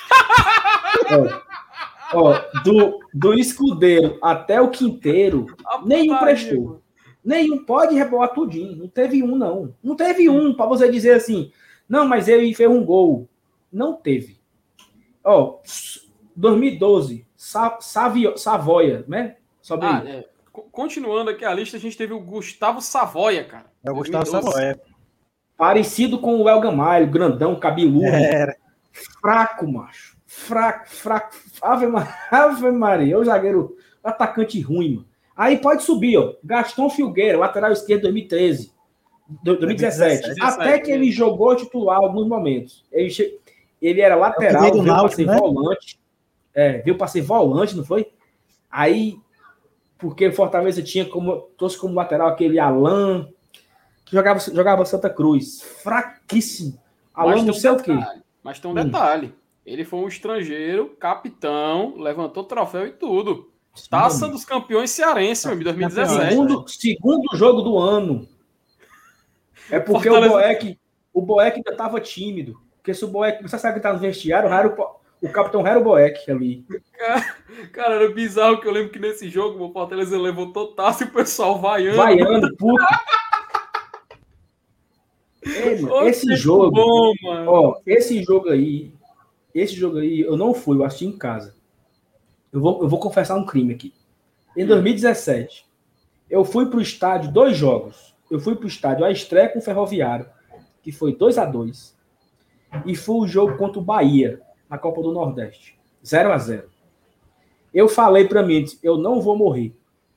ó, ó, do, do escudeiro até o Quinteiro, ah, nenhum prestou. Nenhum pode rebolar tudinho. Não teve um, não. Não teve um para você dizer assim, não, mas ele fez um gol. Não teve. Ó, dois mil e doze, Sa Savio, Savoia, né? Sobe ah, é. Continuando aqui a lista, a gente teve o Gustavo Savoia, cara. É o Gustavo Savoia. Parecido com o El Gamalho, grandão, cabeludo. Era. Fraco, macho. Fraco, fraco. Ave, Ave Maria. O zagueiro, atacante ruim, mano. Aí pode subir, ó. Gaston Filgueira, lateral esquerdo, dois mil e treze. dois mil e dezessete. dois mil e dezessete. Até que ele jogou titular alguns momentos. Ele, che... ele era lateral, veio para ser né? volante. É, veio para ser volante, não foi? Aí, porque o Fortaleza tinha como, trouxe como lateral aquele Alan, que jogava, jogava Santa Cruz. Fraquíssimo. Alan não sei o quê. Mas tem um detalhe. Hum. Ele foi um estrangeiro, capitão, levantou troféu e tudo. Taça Sim, dos campeões cearense, meu amigo, dois mil e dezessete. Segundo, segundo jogo do ano. É porque Fortaleza... o Boeck, o Boeck ainda estava tímido. Porque se o Boeck, você sabe que tá no vestiário, o, o capitão era o Boeck ali. Cara, cara, era bizarro que eu lembro que nesse jogo o Fortaleza levantou taça e o pessoal vaiando. Vaiando, puto. Ei, Ei, mano, esse jogo, bom, mano. Ó, esse jogo aí, esse jogo aí, eu não fui, eu assisti em casa. Eu vou, eu vou confessar um crime aqui. Em dois mil e dezessete, eu fui pro estádio dois jogos. Eu fui pro estádio a estreia com o Ferroviário, que foi dois a dois, e foi o jogo contra o Bahia, na Copa do Nordeste, zero a zero. Eu falei pra mim, eu não vou morrer.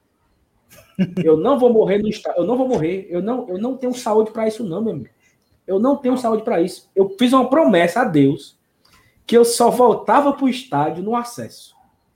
Eu não vou morrer no estádio, eu não vou morrer, eu não, eu não tenho saúde para isso não, meu amigo. Eu não tenho saúde para isso. Eu fiz uma promessa a Deus que eu só voltava pro estádio no acesso.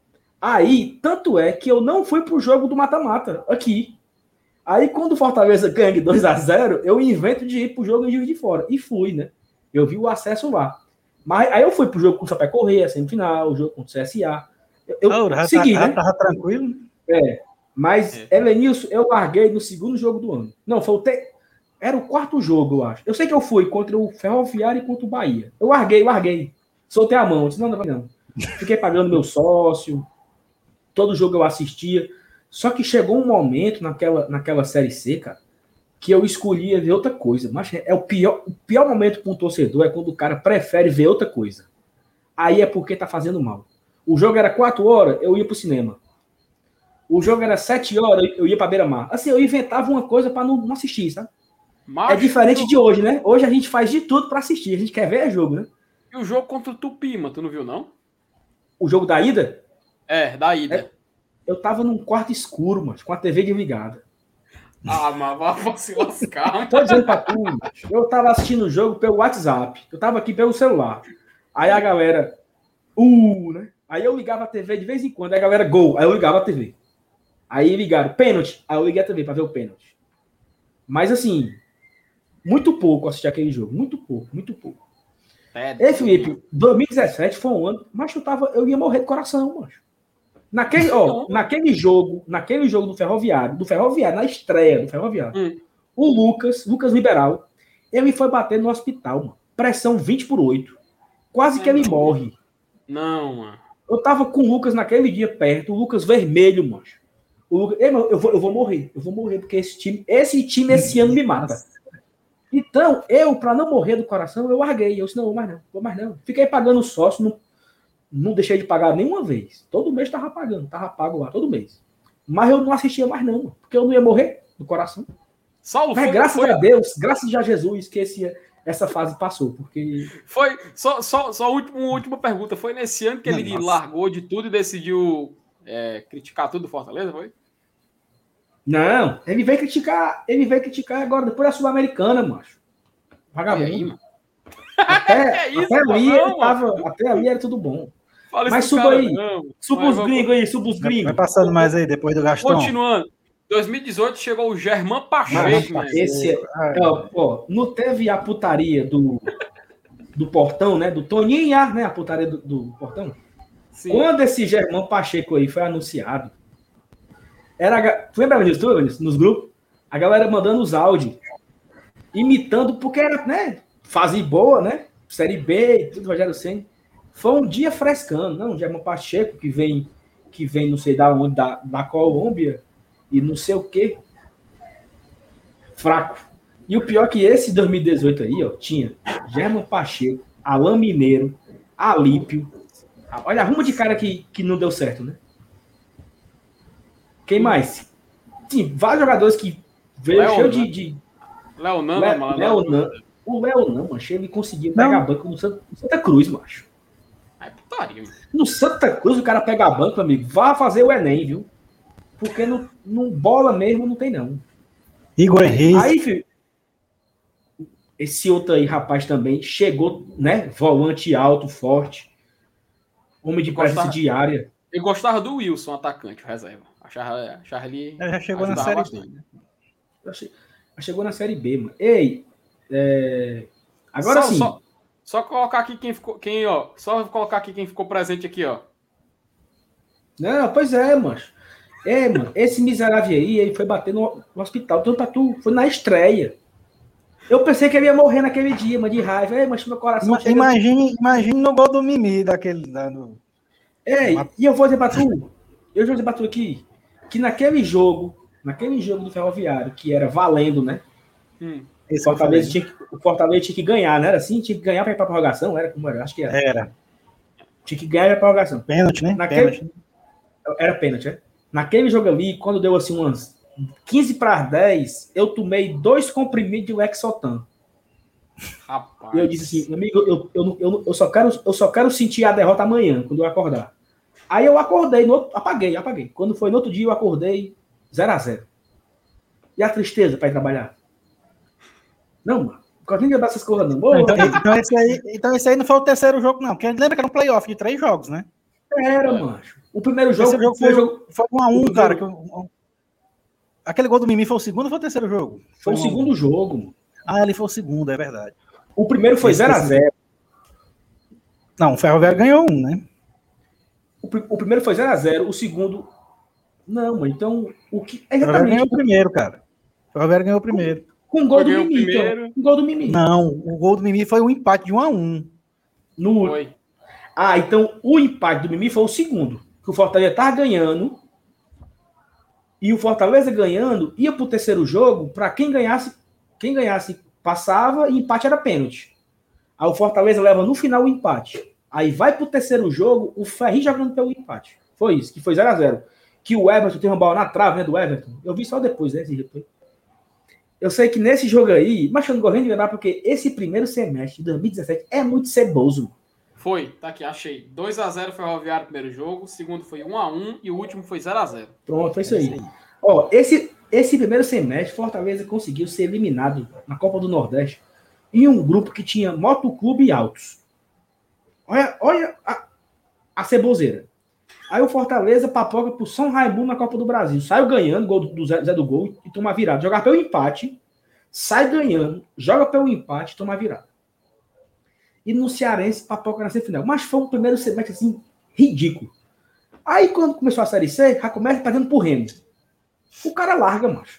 Aí, tanto é que eu não fui pro jogo do mata-mata aqui. Aí, quando o Fortaleza ganha de dois a zero, eu invento de ir pro jogo em Juiz de Fora. E fui, né? Eu vi o acesso lá. Mas aí eu fui pro jogo com o Sampaio Corrêa, semifinal, o jogo contra o C S A. Eu, eu oh, segui, já, né? Tava tranquilo. É. Mas, é. Elenilson, eu larguei no segundo jogo do ano. Não, foi o te... Era o quarto jogo, eu acho. Eu sei que eu fui contra o Ferroviário e contra o Bahia. Eu larguei, larguei. Soltei a mão. Eu disse, não, não, não. Fiquei pagando meu sócio. Todo jogo eu assistia. Só que chegou um momento naquela, naquela Série C, cara, que eu escolhia ver outra coisa. Mas é o pior, o pior momento para um torcedor é quando o cara prefere ver outra coisa. Aí é porque tá fazendo mal. O jogo era quatro horas, eu ia pro cinema. O jogo era sete horas, eu ia pra beira-mar. Assim, eu inventava uma coisa pra não, não assistir, sabe? Mas é diferente eu... de hoje, né? Hoje a gente faz de tudo pra assistir. A gente quer ver jogo, né? E o jogo contra o Tupi, mano, tu não viu, não? O jogo da ida? É, da ida. É, eu tava num quarto escuro, mano, com a T V desligada. Ah, mas vai se lascar. Mano. Tô dizendo pra tu, mano, eu tava assistindo o jogo pelo WhatsApp. Eu tava aqui pelo celular. Aí a galera... Uh, né? Aí eu ligava a T V de vez em quando. Aí a galera, gol. Aí eu ligava a T V. Aí ligaram, pênalti. Aí eu liguei a T V pra ver o pênalti. Mas assim, muito pouco assistir aquele jogo. Muito pouco, muito pouco. É, Ei, Felipe, dois mil e dezessete foi um ano, mas eu, tava, eu ia morrer de coração, macho. Naquele, ó, naquele jogo, naquele jogo do Ferroviário, do Ferroviário, na estreia do Ferroviário, hum. o Lucas, Lucas Liberal, ele foi bater no hospital, mano. Pressão vinte por oito. Quase é, que ele não. morre. Não, mano. Eu tava com o Lucas naquele dia perto, o Lucas vermelho, macho. O Lucas, Ei, mano, eu, vou, eu vou morrer, eu vou morrer, porque esse time, esse time esse ano me mata. Então, eu, pra não morrer do coração, eu larguei. Eu disse, não, vou mais não, vou mais não. Fiquei pagando sócio, não, não deixei de pagar nenhuma vez. Todo mês tava pagando, tava pago lá, todo mês. Mas eu não assistia mais não, porque eu não ia morrer do coração. Saulo, Mas foi, graças foi... a Deus, graças a Jesus, que esse, essa fase passou, porque... Foi, só, só, só última, última pergunta, foi nesse ano que ele Nossa. largou de tudo e decidiu é, criticar tudo do Fortaleza, foi? Não, ele veio criticar, ele veio criticar agora, depois da Sul-Americana, macho. Vagabundo. Aí, mano. Até, é isso, até, ali não, ele tava, até ali era tudo bom. Fala Mas suba aí. Não, suba os gringos aí, suba os gringos. Vai passando mais aí, depois do Gastão. Continuando. dois mil e dezoito chegou o Germán Pacheco, né? Esse é, ó, ó, não teve a putaria do, do Portão, né? Do Toninho, né? A putaria do, do Portão. Sim. Quando esse Germán Pacheco aí foi anunciado, era, lembra disso, nos grupos? A galera mandando os áudios, imitando, porque era, né? Fase boa, né? Série B e tudo, Rogério Ceni. Foi um dia frescando, não? Germán Pacheco, que vem, que vem, não sei da onde, da, da Colômbia, e não sei o quê. Fraco. E o pior é que esse dois mil e dezoito aí, ó, tinha Germán Pacheco, Alain Mineiro, Alípio. Olha, arruma de cara que, que não deu certo, né? Quem mais? Sim, vários jogadores que veio cheio de... de... Leonan, Le... mano. Leonan. O Leonan, macho, ele conseguiu pegar banco no Santa, Santa Cruz, macho. É putaria, mano. No Santa Cruz o cara pega banco, amigo. Vá fazer o Enem, viu? Porque no, no bola mesmo não tem, não. Igor Henrique. Aí, filho, esse outro aí, rapaz, também chegou, né? Volante alto, forte. Homem de presença diária. Eu gostava do Wilson, atacante, o reserva. Achava, achava ele. Já chegou na série bastante. B. Chegou na série B, mano. Ei, é... agora só, sim. Só, só colocar aqui quem ficou. Quem, ó. Só colocar aqui quem ficou presente aqui, ó. Não, pois é, mano. É, mano, esse miserável aí, ele foi bater no, no hospital. Tudo pra tu, foi na estreia. Eu pensei que ele ia morrer naquele dia, mano, de raiva. É, mas meu coração. Ima, chega... Imagine, imagine no gol do Mimi, daquele. Da, do... É, Uma... e eu vou dizer pra tu, eu vou dizer pra tu aqui, que naquele jogo, naquele jogo do Ferroviário, que era valendo, né? Hum. O Fortaleza, tinha que, o Fortaleza tinha que ganhar, não era assim? Tinha que ganhar para ir para a prorrogação? Era como era? Acho que era. Era. Tinha que ganhar para a prorrogação. Pênalti, né? Naquele... Pênalti. Era pênalti, é? Naquele jogo ali, quando deu assim umas quinze para as dez, eu tomei dois comprimidos de Lexotan. Rapaz. E eu disse assim, amigo, eu, eu, eu, eu, só quero, eu só quero sentir a derrota amanhã, quando eu acordar. Aí eu acordei, no outro, apaguei, apaguei. Quando foi no outro dia, eu acordei zero a zero. E a tristeza para ir trabalhar? Não, mano. Não quero nem essas coisas, não. Oh, então, então, esse aí, então esse aí não foi o terceiro jogo, não. Porque lembra que era um playoff de três jogos, né? Era, é. Macho. O primeiro jogo, o jogo foi, jogo... foi um a um, cara. Que eu... Aquele gol do Mimi foi o segundo ou foi o terceiro jogo? Foi, foi o segundo um. jogo, mano. Ah, ele foi o segundo, é verdade. O primeiro foi zero a zero. Não, o Ferroviário ganhou um, né? O, o primeiro foi zero a zero, o segundo... Não, mano, então... O que... É exatamente... O Ferroviário ganhou o primeiro, cara. O Ferroviário ganhou o primeiro. Com o gol do Mimi, então. Com o gol do Mimi. Não, o gol do Mimi foi um empate de um a um. No... Foi. Ah, então o empate do Mimi foi o segundo. Que o Fortaleza estava ganhando. E o Fortaleza ganhando ia pro terceiro jogo. Para quem ganhasse, quem ganhasse passava e empate era pênalti. Aí o Fortaleza leva no final o empate. Aí vai pro terceiro jogo, o Ferri jogando pelo empate. Foi isso, que foi zero a zero. Que o Everton tem uma bola na trave, né, do Everton. Eu vi só depois, né, esse replay. Eu sei que nesse jogo aí, mas eu não gosto nem de lembrar, porque esse primeiro semestre de dois mil e dezessete é muito ceboso. Foi, tá aqui, achei. dois a zero Ferroviário primeiro jogo, o segundo foi um a um e o último foi zero a zero. Pronto, foi isso aí. aí. Ó, esse, esse primeiro semestre, Fortaleza conseguiu ser eliminado na Copa do Nordeste em um grupo que tinha Motoclube e Altos. Olha, olha a, a ceboseira. Aí o Fortaleza papoca pro São Raimundo na Copa do Brasil. Saiu ganhando, gol do Zé, Zé do Gol, e toma virada. Jogar pelo empate, sai ganhando, joga pelo empate e toma virada. E no Cearense, papoca na semifinal. Mas foi um primeiro semestre, assim, ridículo. Aí, quando começou a Série C, já começa perdendo pro Remo. O cara larga, macho.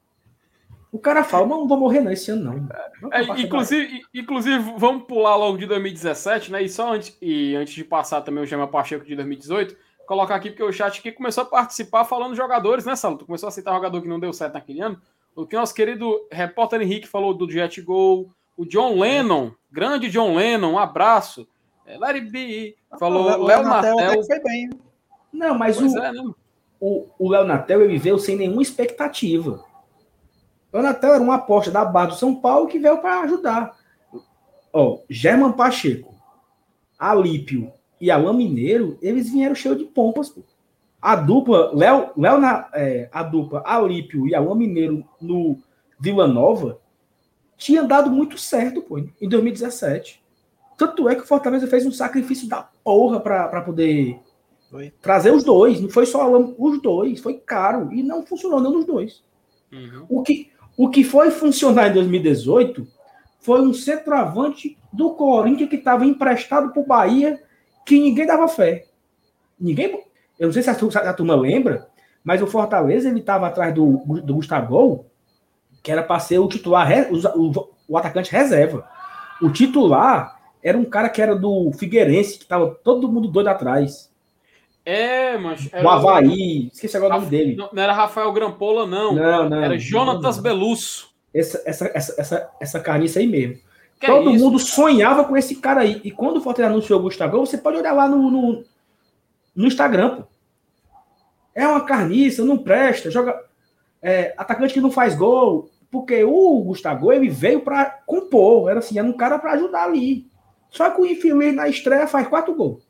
O cara fala, não, não vou morrer não esse ano, não. É, inclusive, inclusive, vamos pular logo de dois mil e dezessete, né? E só antes, e antes de passar também o Gema Pacheco de dois mil e dezoito, colocar aqui, porque o chat aqui começou a participar falando de jogadores, né, Saulo? Tu começou a citar jogador que não deu certo naquele ano. O que nosso querido repórter Henrique falou do Jet Gol, o John Lennon, grande John Lennon, um abraço. É, Larry B. Falou o Léo Natel. Natel foi bem. Não, mas pois o, é, né? o, o Léo Natel, ele veio sem nenhuma expectativa. O Léo Natel era uma aposta da base do São Paulo que veio para ajudar. Ó, German Pacheco, Alípio e Alain Mineiro, eles vieram cheios de pompas, pô. A dupla, Léo, Léo na, é, a dupla Alípio e Alain Mineiro no Vila Nova tinha dado muito certo, pô, em dois mil e dezessete. Tanto é que o Fortaleza fez um sacrifício da porra para poder foi. trazer os dois. Não foi só Alain, os dois. Foi caro e não funcionou nenhum dos dois. Uhum. O, que, o que foi funcionar em dois mil e dezoito foi um centroavante do Corinthians que estava emprestado para o Bahia, que ninguém dava fé. Ninguém... Eu não sei se a, se a turma lembra, mas o Fortaleza ele estava atrás do, do Gustavo, que era para ser o titular, o, o, o atacante reserva. O titular era um cara que era do Figueirense, que estava todo mundo doido atrás. É, mas... O Avaí, esqueci agora o nome dele. Não, não era Rafael Grampola, não. Não, não. Era Jonatas não, não. Belusso. Essa, essa, essa, essa, essa carniça aí mesmo. Que todo é mundo sonhava com esse cara aí. E quando o Fortaleza anunciou o Gustavo, você pode olhar lá no, no, no Instagram, pô. É uma carniça, não presta, joga é, atacante que não faz gol, porque o Gustavo ele veio para compor, era assim, era um cara para ajudar ali. Só que o infeliz na estreia faz quatro gols.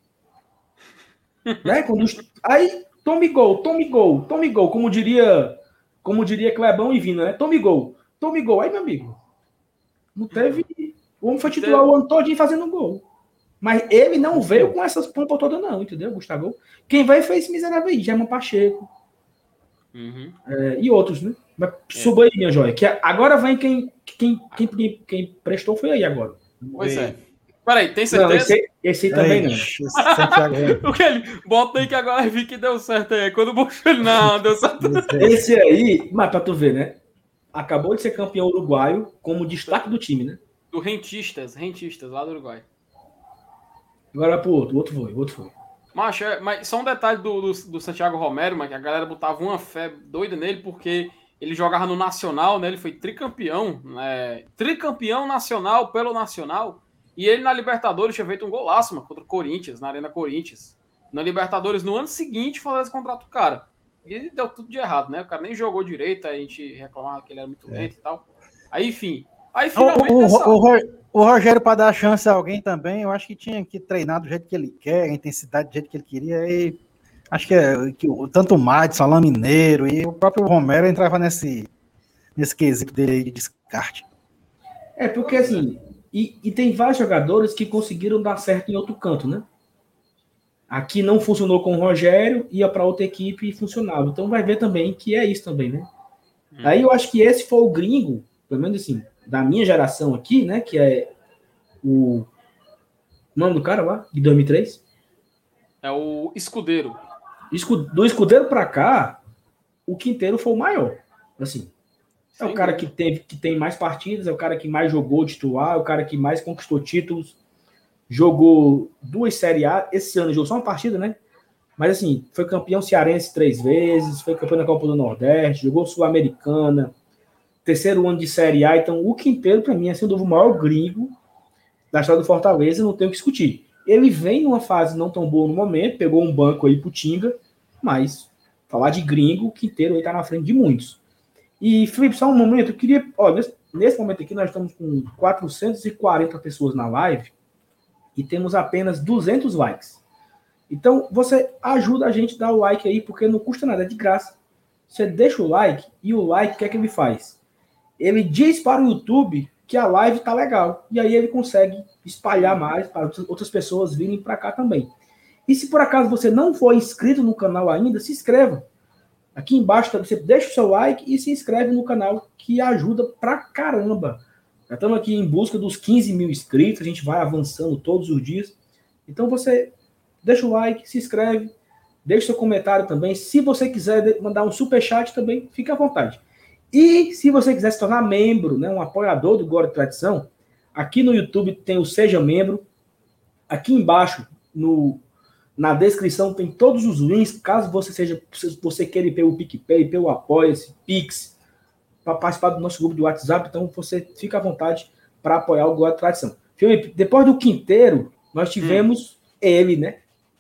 Né? Quando, aí, tome gol, tome gol, tome gol, como diria, como diria Clebão e Vina, né? Tome gol, tome gol. Aí, meu amigo, não teve. O homem foi titular o ano todinho fazendo gol. Mas ele não veio com essas pompas todas, não, entendeu, Gustavo? Quem veio foi esse miserável aí, German Pacheco. Uhum. É, e outros, né? Mas suba aí, minha joia. Que agora vem quem, quem, quem, quem, quem prestou foi aí agora. Pois é. Peraí, tem certeza? Não, esse, esse aí também não. Esse o que ele bota aí que agora vi que deu certo aí. Quando botou ele, não, deu certo. Esse aí, mas pra tu ver, né? Acabou de ser campeão uruguaio como destaque do time, né? Do Rentistas, Rentistas, lá do Uruguai. Agora pro outro, o outro foi, o outro foi. Macho, é, mas só um detalhe do, do, do Santiago Romero, mas que a galera botava uma fé doida nele, porque ele jogava no Nacional, né? Ele foi tricampeão, né? Tricampeão nacional pelo Nacional. E ele na Libertadores tinha feito um golaço, mano, contra o Corinthians, na Arena Corinthians. Na Libertadores, no ano seguinte, o Fortaleza contrata o cara. E deu tudo de errado, né? O cara nem jogou direito, a gente reclamava que ele era muito lento é. e tal. Aí, enfim. Aí, finalmente... O, o, essa... o, o Rogério, para dar chance a alguém também, eu acho que tinha que treinar do jeito que ele quer, a intensidade do jeito que ele queria. E acho que, é, que tanto o Madison, Alain Mineiro e o próprio Romero entrava nesse, nesse quesito dele de descarte. É, porque assim... E, e tem vários jogadores que conseguiram dar certo em outro canto, né? Aqui não funcionou com o Rogério, ia para outra equipe e funcionava. Então vai ver também que é isso também, né? Hum. Aí eu acho que esse foi o gringo, pelo menos assim, da minha geração aqui, né? Que é o... o nome do cara lá, de dois mil e três? É o Escudeiro. Do Escudeiro para cá, o Quinteiro foi o maior. Assim, é o cara que, teve, que tem mais partidas, é o cara que mais jogou titular, é o cara que mais conquistou títulos. Jogou duas Série A, esse ano jogou só uma partida, né? Mas assim, foi campeão cearense três vezes, foi campeão da Copa do Nordeste, jogou Sul-Americana, terceiro ano de Série A. Então, o Quinteiro, para mim, é sem dúvida o maior gringo da história do Fortaleza, não tenho o que discutir. Ele vem numa fase não tão boa no momento, pegou um banco aí pro Tinga, mas falar de gringo, o Quinteiro aí tá na frente de muitos. E, Felipe, só um momento, eu queria... Ó, nesse, nesse momento aqui, nós estamos com quatrocentas e quarenta pessoas na live, e temos apenas duzentos likes. Então, você ajuda a gente a dar o like aí, porque não custa nada, é de graça. Você deixa o like, e o like, o que é que ele faz? Ele diz para o YouTube que a live tá legal, e aí ele consegue espalhar mais para outras pessoas virem para cá também. E se por acaso você não for inscrito no canal ainda, se inscreva. Aqui embaixo você deixa o seu like e se inscreve no canal, que ajuda pra caramba. Já estamos aqui em busca dos quinze mil inscritos, a gente vai avançando todos os dias. Então você deixa o like, se inscreve, deixa seu comentário também. Se você quiser mandar um superchat também, fique à vontade. E se você quiser se tornar membro, né, um apoiador do Glória e Tradição, aqui no YouTube tem o Seja Membro. Aqui embaixo, no, na descrição, tem todos os links, caso você seja, você queira ir pelo PicPay, pelo Apoia-se, Pix, para participar do nosso grupo do WhatsApp. Então você fica à vontade para apoiar o Glória e Tradição. Felipe, depois do Quinteiro, nós tivemos hum. ele, né?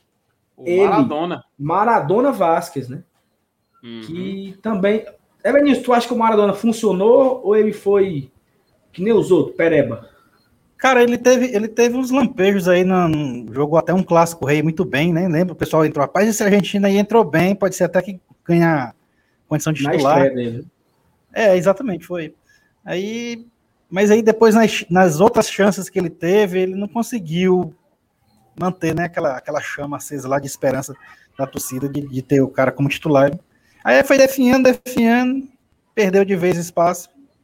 O ele, Maradona. Maradona Vázquez, né? Uhum. Que também... É, Benício, tu acha que o Maradona funcionou ou ele foi que nem os outros, pereba? Cara, ele teve, ele teve uns lampejos aí, no, no, jogou até um clássico rei muito bem, né? Lembra? O pessoal entrou, rapaz, esse Argentina aí entrou bem, pode ser até que ganhar condição de titular. Na estreia dele. É, exatamente, foi. Aí, mas aí depois nas, nas outras chances que ele teve, ele não conseguiu manter, né, aquela, aquela chama acesa lá de esperança da torcida de, de ter o cara como titular. Aí foi definhando, definhando, perdeu de vez espaço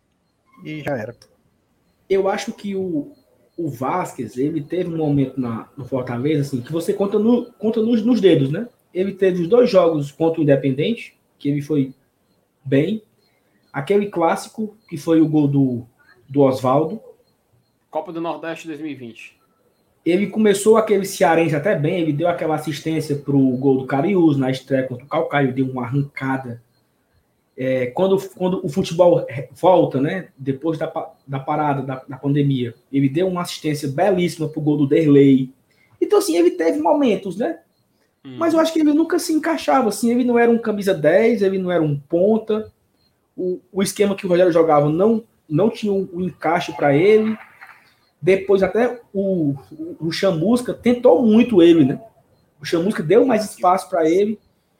e já era. Eu acho que o, o Vázquez, ele teve um momento na, no Fortaleza, assim, que você conta, no, conta nos, nos dedos, né? Ele teve os dois jogos contra o Independente, que ele foi bem. Aquele clássico, que foi o gol do, do Oswaldo. Copa do Nordeste dois mil e vinte. Ele começou aquele cearense até bem, ele deu aquela assistência pro gol do Cariús na estreia contra o Calcaio, deu uma arrancada. É, quando, quando o futebol volta, né, depois da, da parada da, da pandemia, ele deu uma assistência belíssima pro gol do Derlei. Então, assim, ele teve momentos, né? Hum. Mas eu acho que ele nunca se encaixava, assim, ele não era um camisa dez, ele não era um ponta. O, o esquema que o Rogério jogava não, não tinha um, um encaixe para ele. Depois até o, o, o Chamusca tentou muito ele, né? O Chamusca deu mais espaço para ele.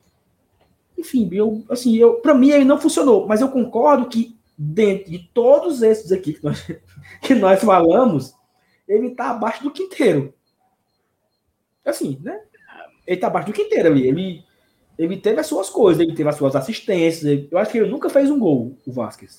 Enfim, eu, assim, eu, para mim ele não funcionou, mas eu concordo que dentro de todos esses aqui que nós, que nós falamos, ele tá abaixo do Quinteiro. Assim, né? Ele tá abaixo do Quinteiro ali. Ele, ele teve as suas coisas, ele teve as suas assistências. Ele, eu acho que ele nunca fez um gol, o Vázquez.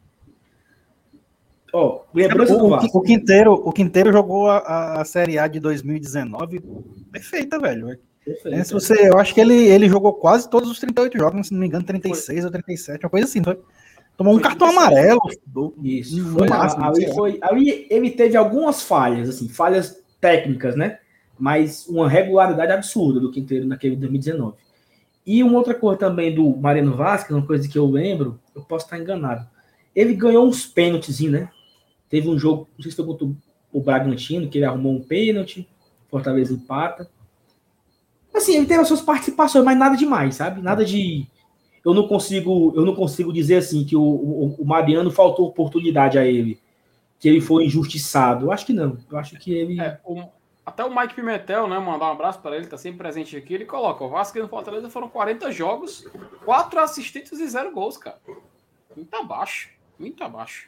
Ó, lembrança do Vasco. O Quinteiro, o Quinteiro jogou a, a Série A de dois mil e dezenove perfeita, velho. Perfeito, é, se você, eu acho que ele, ele jogou quase todos os trinta e oito jogos, se não me engano, trinta e seis foi. Ou trinta e sete, uma coisa assim. Foi. Tomou foi um cartão amarelo. Do, Isso. Foi, máximo, aí, foi, aí ele teve algumas falhas, assim, falhas técnicas, né? Mas uma regularidade absurda do Quinteiro naquele dois mil e dezenove. E uma outra coisa também do Mariano Vasquez, uma coisa que eu lembro, eu posso estar enganado. Ele ganhou uns pênaltis, né? Teve um jogo, não sei se foi contra o Bragantino, que ele arrumou um pênalti, Fortaleza empata. Assim, ele teve as suas participações, mas nada demais, sabe? Nada de... Eu não consigo, eu não consigo dizer assim que o, o, o Mariano faltou oportunidade a ele, que ele foi injustiçado. Eu acho que não. Eu acho que ele... É, o, até o Mike Pimentel, né, mandar um abraço para ele, tá sempre presente aqui, ele coloca, o Vasco e o Fortaleza foram quarenta jogos, quatro assistências e zero gols, cara. Muito abaixo, muito abaixo.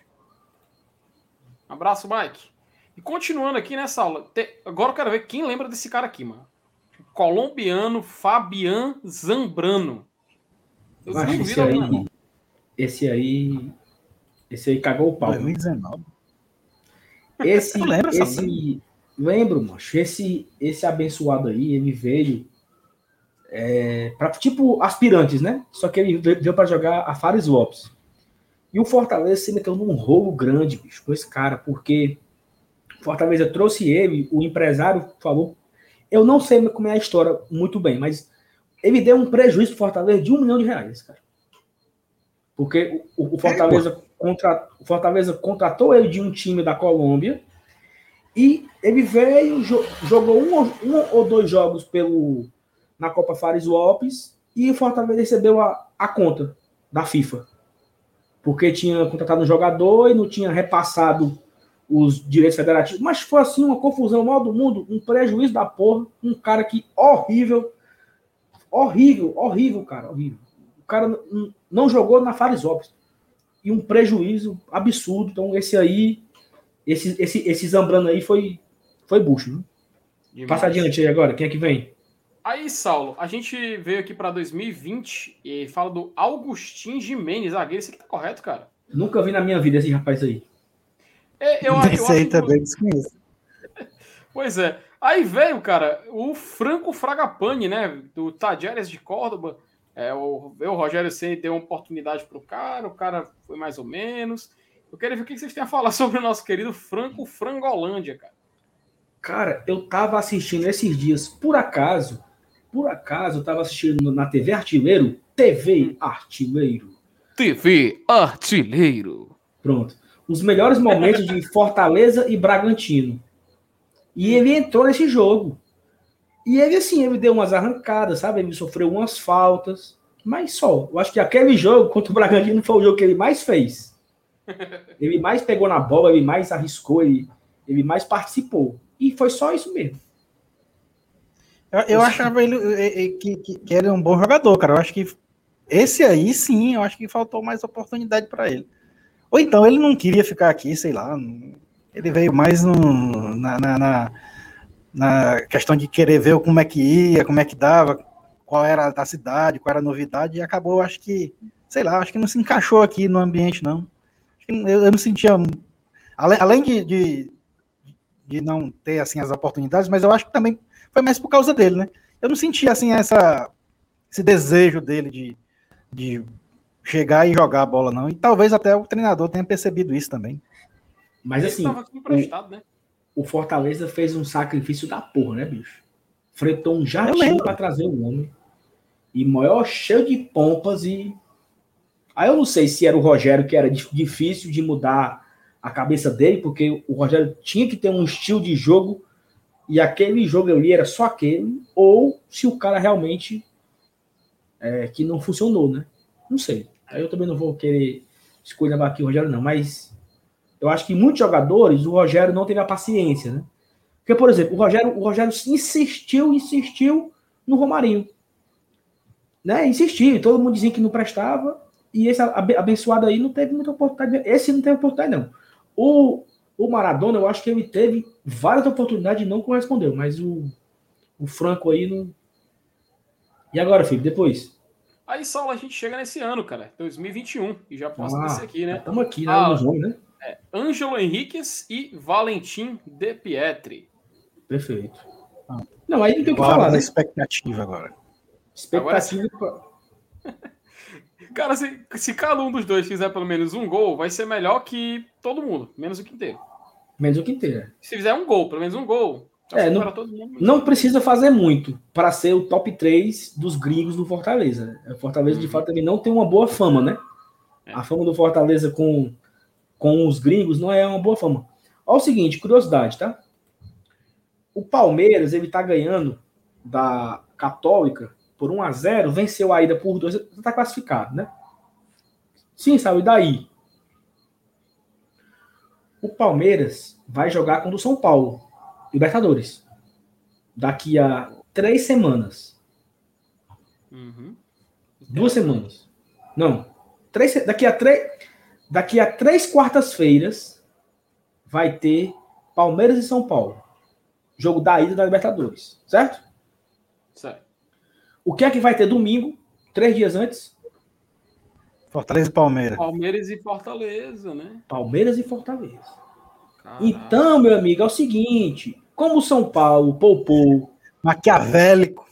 Abraço, Mike. E continuando aqui nessa aula, te... agora eu quero ver quem lembra desse cara aqui, mano. O colombiano Fabian Zambrano. Eu acho que esse aí, esse aí, esse aí cagou o pau. dois mil e dezenove. Esse, lembra, esse, lembro, macho, esse, esse abençoado aí, ele veio é, para tipo aspirantes, né? Só que ele veio para jogar a Fares Lopes. E o Fortaleza se meteu num rolo grande, bicho, com esse cara, porque o Fortaleza trouxe ele, o empresário falou, eu não sei como é a história muito bem, mas ele deu um prejuízo pro Fortaleza de um milhão de reais, cara. Porque o, o, Fortaleza, é, contra, o Fortaleza contratou ele de um time da Colômbia e ele veio, jogou um, um ou dois jogos pelo, na Copa Fares Lopes e o Fortaleza recebeu a, a conta da FIFA. Porque tinha contratado um jogador e não tinha repassado os direitos federativos. Mas foi assim uma confusão maior do mundo, um prejuízo da porra, um cara que horrível, horrível, horrível, cara, horrível. O cara não jogou na Fares Lopes. E um prejuízo absurdo. Então esse aí, esse, esse, esse Zambrano aí foi, foi bucho. Né? Passa adiante aí agora, quem é que vem? Aí, Saulo, a gente veio aqui para dois mil e vinte e fala do Augustin Gimenez, zagueiro. Esse aqui tá correto, cara? Nunca vi na minha vida esse rapaz aí. É, eu, eu esse aí também desconheço. Pois é. Aí veio, cara, o Franco Fragapane, né? Do Tajeres de Córdoba. É, o, o Rogério Ceni deu uma oportunidade pro cara, o cara foi mais ou menos. Eu queria ver o que vocês têm a falar sobre o nosso querido Franco Frangolândia, cara. Cara, eu tava assistindo esses dias, por acaso, por acaso, eu tava assistindo na T V Artilheiro, T V Artilheiro. T V Artilheiro. Pronto. Os melhores momentos de Fortaleza e Bragantino. E ele entrou nesse jogo. E ele, assim, ele deu umas arrancadas, sabe? Ele sofreu umas faltas. Mas só. Eu acho que aquele jogo contra o Bragantino foi o jogo que ele mais fez. Ele mais pegou na bola, ele mais arriscou, ele, ele mais participou. E foi só isso mesmo. Eu, eu achava ele, que, que, que ele é um bom jogador, cara. Eu acho que esse aí, sim, eu acho que faltou mais oportunidade para ele. Ou então ele não queria ficar aqui, sei lá. Ele veio mais no, na, na, na, na questão de querer ver como é que ia, como é que dava, qual era a cidade, qual era a novidade, e acabou, acho que, sei lá, acho que não se encaixou aqui no ambiente, não. Eu, eu não sentia... Além, além de, de, de não ter, assim, as oportunidades, mas eu acho que também foi mais por causa dele, né? Eu não sentia, assim, essa, esse desejo dele de, de chegar e jogar a bola, não. E talvez até o treinador tenha percebido isso também. Mas assim, o, né? o Fortaleza fez um sacrifício da porra, né, bicho? Fretou um jatinho para trazer o homem. E maior cheio de pompas e... Aí eu não sei se era o Rogério que era difícil de mudar a cabeça dele, porque o Rogério tinha que ter um estilo de jogo e aquele jogo ali era só aquele, ou se o cara realmente é, que não funcionou, né? Não sei. Aí eu também não vou querer escolher aqui o Rogério, não, mas eu acho que muitos jogadores, o Rogério não teve a paciência, né? Porque, por exemplo, o Rogério, o Rogério insistiu, insistiu no Romarinho. Né? Insistiu, todo mundo dizia que não prestava, e esse abençoado aí não teve muita oportunidade. Esse não teve oportunidade, não. O, o Maradona, eu acho que ele teve várias oportunidades e não correspondeu, mas o, o Franco aí não... E agora, filho, depois? Aí, Saulo, a gente chega nesse ano, cara, dois mil e vinte e um, e já posso ah, descer aqui, né? Estamos aqui, né? Ah, no jogo, né? É, Ângelo Henriquez e Valentim De Pietri. Perfeito. Ah. Não, aí não tem o que falar, falar, né? né? Expectativa agora. Expectativa. Agora, cara, se, se cada um dos dois fizer pelo menos um gol, vai ser melhor que todo mundo, menos o Quinteiro. Menos o Quinteiro. Se fizer um gol, pelo menos um gol, É, não, não precisa fazer muito para ser o top três dos gringos do Fortaleza. O Fortaleza, uhum. de fato, também não tem uma boa fama, né? É. A fama do Fortaleza com, com os gringos não é uma boa fama. Olha o seguinte, curiosidade, tá? O Palmeiras, ele tá ganhando da Católica por um a zero, venceu a ida por dois, você tá classificado, né? Sim, sabe, e daí? O Palmeiras vai jogar contra o São Paulo, Libertadores, daqui a três semanas. Uhum. Duas semanas. Não. Três, daqui a três, daqui a três quartas-feiras vai ter Palmeiras e São Paulo. Jogo da ida da Libertadores. Certo? Certo. O que é que vai ter domingo, três dias antes? Fortaleza e Palmeiras. Palmeiras e Fortaleza, né? Palmeiras e Fortaleza. Caraca. Então, meu amigo, é o seguinte. Como o São Paulo poupou... Maquiavélico.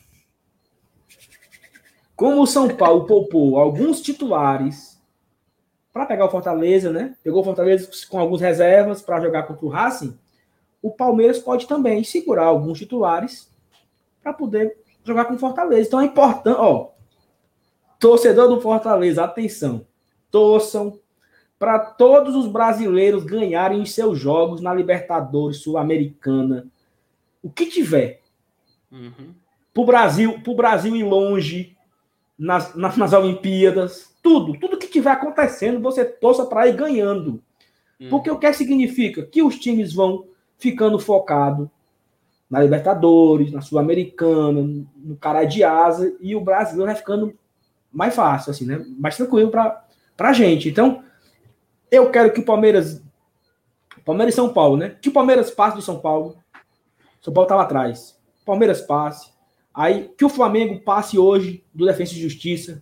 Como o São Paulo poupou alguns titulares para pegar o Fortaleza, né? Pegou o Fortaleza com algumas reservas para jogar contra o Racing. O Palmeiras pode também segurar alguns titulares para poder jogar com o Fortaleza. Então é importante, ó, torcedor do Fortaleza, atenção, torçam para todos os brasileiros ganharem os seus jogos na Libertadores, Sul-Americana, o que tiver. Uhum. Pro Brasil, pro Brasil ir longe nas, nas, nas Olimpíadas, tudo, tudo que tiver acontecendo, você torça para ir ganhando. Uhum. Porque o que significa? Que os times vão ficando focados na Libertadores, na Sul-Americana, no cara de asa, e o brasileiro vai ficando mais fácil, assim, né? Mais tranquilo para a gente. Então, eu quero que o Palmeiras, Palmeiras e São Paulo, né? Que o Palmeiras passe do São Paulo. São Paulo estava atrás. Palmeiras passe. Aí, que o Flamengo passe hoje do Defensa e Justiça.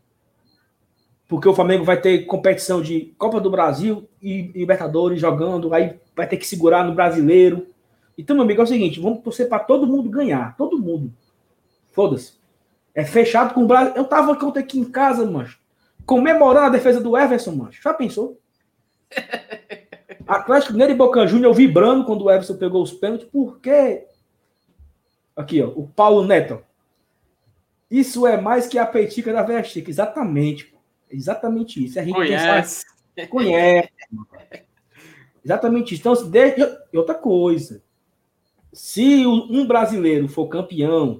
Porque o Flamengo vai ter competição de Copa do Brasil e Libertadores jogando. Aí vai ter que segurar no Brasileiro. Então, meu amigo, é o seguinte. Vamos torcer para todo mundo ganhar. Todo mundo. Foda-se. É fechado com o Brasil. Eu tava aqui em casa, mancho. Comemorando a defesa do Everson, mancho. Já pensou? Atlético Mineiro e Boca Juniors vibrando quando o Everson pegou os pênaltis. Por quê? Aqui, ó. O Paulo Neto. Isso é mais que a peitica da Velha Chica. Exatamente. Exatamente isso. A gente conhece. Pensa, conhece. Exatamente isso. Então, deixa... e outra coisa. Se um brasileiro for campeão,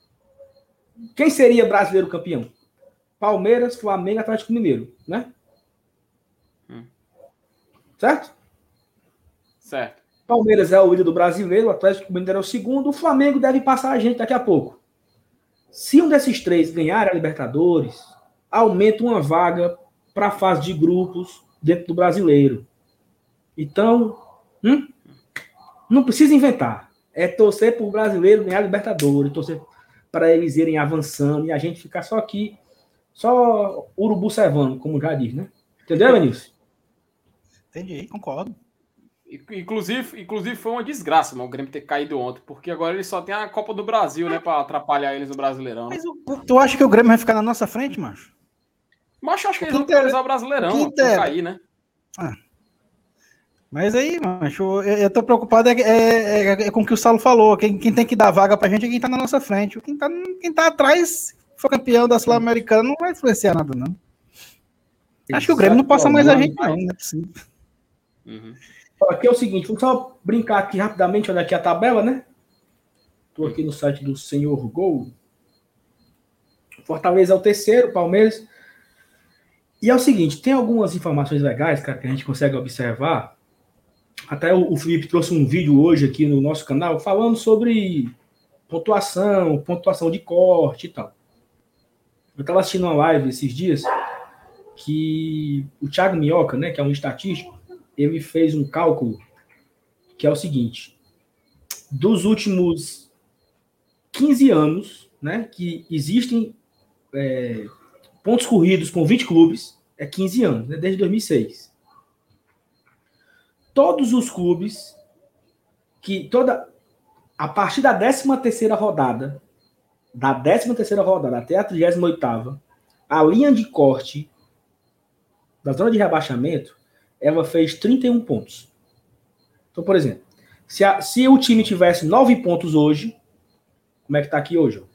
quem seria brasileiro campeão? Palmeiras, Flamengo, Atlético Mineiro, né? Hum. Certo? Certo. Palmeiras é o líder do brasileiro, o Atlético Mineiro é o segundo, o Flamengo deve passar a gente daqui a pouco. Se um desses três ganhar a Libertadores, aumenta uma vaga para a fase de grupos dentro do brasileiro. Então, hum, não precisa inventar. É torcer para o brasileiro ganhar a Libertadores, torcer para eles irem avançando e a gente ficar só aqui, só urubu servando, como já diz, né? Entendeu, Vinícius? Entendi, concordo. Inclusive, inclusive foi uma desgraça, mano, o Grêmio ter caído ontem, porque agora ele só tem a Copa do Brasil, né, para atrapalhar eles no Brasileirão. Né? Mas o, tu acha que o Grêmio vai ficar na nossa frente, macho? Mas acho que eles vão priorizar o Brasileirão, mano, pra cair, né? Ah. Mas aí, macho, eu, eu tô preocupado é, é, é, é com o que o Saulo falou. Quem, quem tem que dar vaga pra gente é quem tá na nossa frente. Quem tá, quem tá atrás, se for campeão da Sul-Americana, não vai influenciar nada, não. Exato. Acho que o Grêmio não passa mais a gente, não, não é possível. Uhum. Aqui é o seguinte, vamos só brincar aqui rapidamente, olha aqui a tabela, né? Estou aqui no site do Senhor Gol. Fortaleza é o terceiro, Palmeiras. E é o seguinte, tem algumas informações legais, cara, que a gente consegue observar. Até o, o Felipe trouxe um vídeo hoje aqui no nosso canal falando sobre pontuação, pontuação de corte e tal. Eu estava assistindo uma live esses dias que o Thiago Minhoca, né, que é um estatístico, ele fez um cálculo que é o seguinte: dos últimos quinze anos, né, que existem é, pontos corridos com vinte clubes, é quinze anos, né, desde dois mil e seis. Todos os clubes que toda a partir da décima terceira rodada, da décima terceira rodada até a trigésima oitava, a linha de corte da zona de rebaixamento, ela fez trinta e um pontos. Então, por exemplo, Se, a, se o time tivesse nove pontos hoje, como é que tá aqui hoje?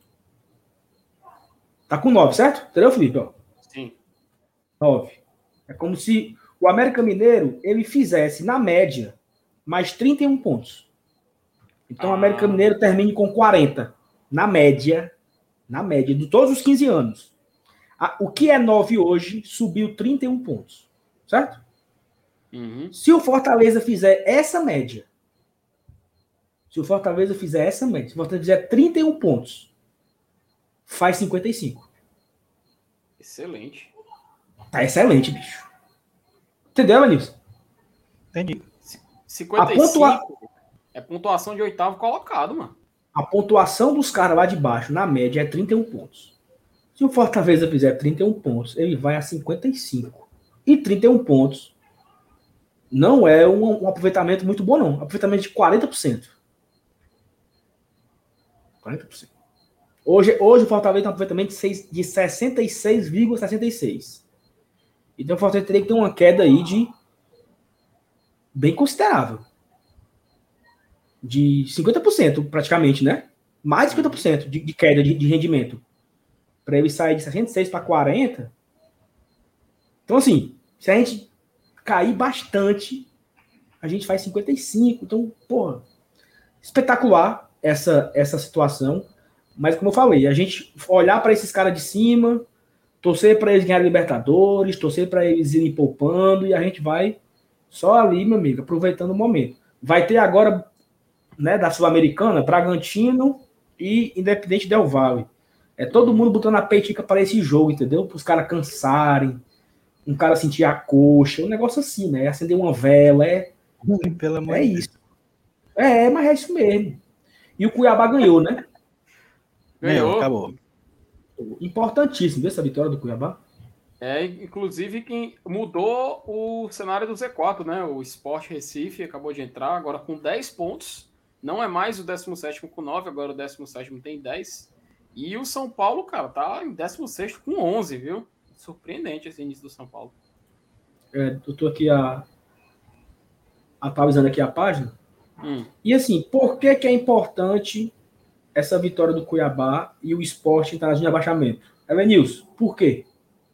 Tá com nove, certo? Entendeu, Felipe? Ó. Sim. nove. É como se o América Mineiro ele fizesse, na média, mais trinta e um pontos. Então, o América Mineiro termine com quarenta. Na média, na média, de todos os quinze anos. O que é nove hoje, subiu trinta e um pontos. Certo? Uhum. Se o Fortaleza fizer essa média, se o Fortaleza fizer essa média, se o Fortaleza fizer trinta e um pontos, faz cinquenta e cinco. Excelente. Tá excelente, bicho. Entendeu, Anilson? Entendi. cinquenta e cinco... A pontua... É pontuação de oitavo colocado, mano. A pontuação dos caras lá de baixo, na média, é trinta e um pontos. Se o Fortaleza fizer trinta e um pontos, ele vai a cinquenta e cinco. E trinta e um pontos não é um, um aproveitamento muito bom, não. Aproveitamento de quarenta por cento. quarenta por cento. Hoje, hoje o Fortaleza tem um aproveitamento de sessenta e seis vírgula sessenta e seis. Então o Fortaleza teria que ter uma queda aí de bem considerável. De cinquenta por cento praticamente, né? Mais de cinquenta por cento de, de queda de, de rendimento. Para ele sair de sessenta e seis para quarenta. Então, assim, se a gente cair bastante, a gente faz cinquenta e cinco. Então, porra, espetacular essa, essa situação. Mas, como eu falei, a gente olhar para esses caras de cima, torcer para eles ganharem Libertadores, torcer para eles irem poupando, e a gente vai só ali, meu amigo, aproveitando o momento. Vai ter agora, né, da Sul-Americana, Bragantino e Independente Del Valle. É todo mundo botando a peitica para esse jogo, entendeu? Para os caras cansarem, um cara sentir a coxa, um negócio assim, né? Acender uma vela, é, Pelo amor é de isso. É, mas é isso mesmo. E o Cuiabá ganhou, né? Ganhou. Acabou. Importantíssimo, essa vitória do Cuiabá. É, inclusive, quem mudou o cenário do Z quatro, né? O Sport Recife acabou de entrar, agora com dez pontos. Não é mais o décimo sétimo com nove, agora o décimo sétimo tem dez. E o São Paulo, cara, tá em décimo sexto com onze, viu? Surpreendente esse início do São Paulo. É, eu tô aqui a, atualizando aqui a página. Hum. E assim, por que que é importante essa vitória do Cuiabá e o Sport entrar na zona de abaixamento? Elenilson, por quê?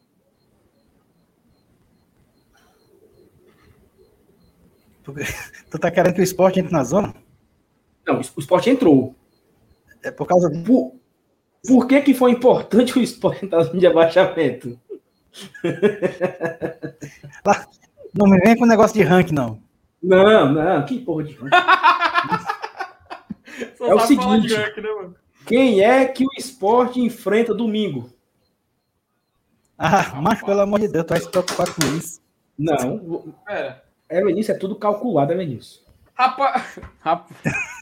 Tu tá querendo que o Sport entre na zona? Não, o Sport entrou. É por causa... Por, por que que foi importante o Sport entrar na zona de abaixamento? Não me vem com negócio de ranking, não. Não, não, que porra de ranking. É o seguinte, ranking, né, mano? Quem é que o Sport enfrenta domingo? Ah, mas pelo amor de Deus, tu vai se preocupar com isso. Não. Pera. É, Vinícius, é tudo calculado, é, Vinícius. Rapaz. Rapaz.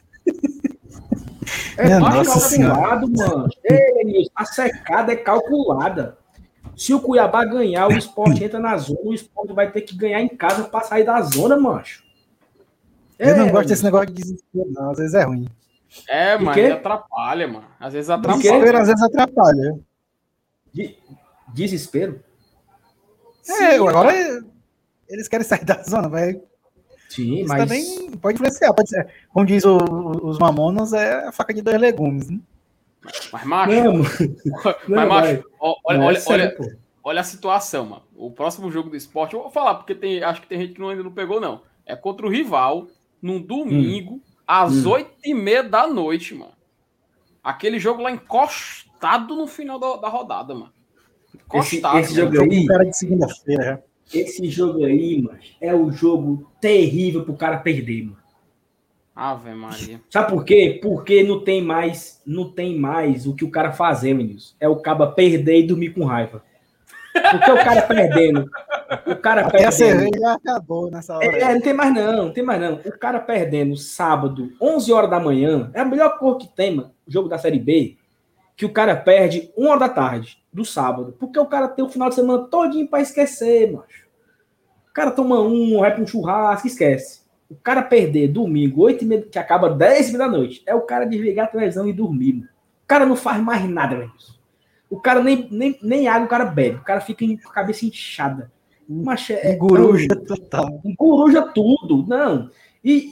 É tudo calculado, mano. Ei, Vinícius, a secada é calculada. Se o Cuiabá ganhar, o Sport entra na zona, o Sport vai ter que ganhar em casa para sair da zona, mancho. Eu é, não gosto desse negócio de desespero, não. Às vezes é ruim. É, mas atrapalha, mano. Às vezes atrapalha. Desespero, às vezes atrapalha. De... Desespero? É, Sim, agora é... eles querem sair da zona, vai. Sim, Isso mas... também pode influenciar. Pode ser. Como diz o, os mamonos, é a faca de dois legumes, né? Mas, macho... Não, mas, não, macho, olha, não, olha, é sério, olha, olha a situação, mano. O próximo jogo do Sport, eu vou falar, porque tem, acho que tem gente que não, ainda não pegou, não. É contra o rival, num domingo, hum. às oito e meia da noite, mano. Aquele jogo lá encostado no final da, da rodada, mano. Encostado. Esse, esse jogo aí... cara de segunda-feira, já. Esse jogo aí, mano, é o jogo terrível pro cara perder, mano. Ave Maria. Sabe por quê? Porque não tem mais, não tem mais o que o cara fazer, meninos. É o cara perder e dormir com raiva. Porque o cara perdendo, o cara Até perdendo. Já acabou nessa hora. É, não tem mais não, não tem mais não. O cara perdendo sábado, onze horas da manhã, é a melhor cor que tem, mano, o jogo da Série B, que o cara perde uma hora da tarde do sábado, porque o cara tem o final de semana todinho pra esquecer, macho. O cara toma um, vai pra um churrasco, esquece. O cara perder domingo, oito e meia, que acaba dez e meia da noite, é o cara desligar a televisão e dormir, mano. O cara não faz mais nada, velho. O cara nem, nem, nem água o cara bebe. O cara fica com a cabeça inchada. Mas é, Enguruja total. Enguruja tudo. Não. E, e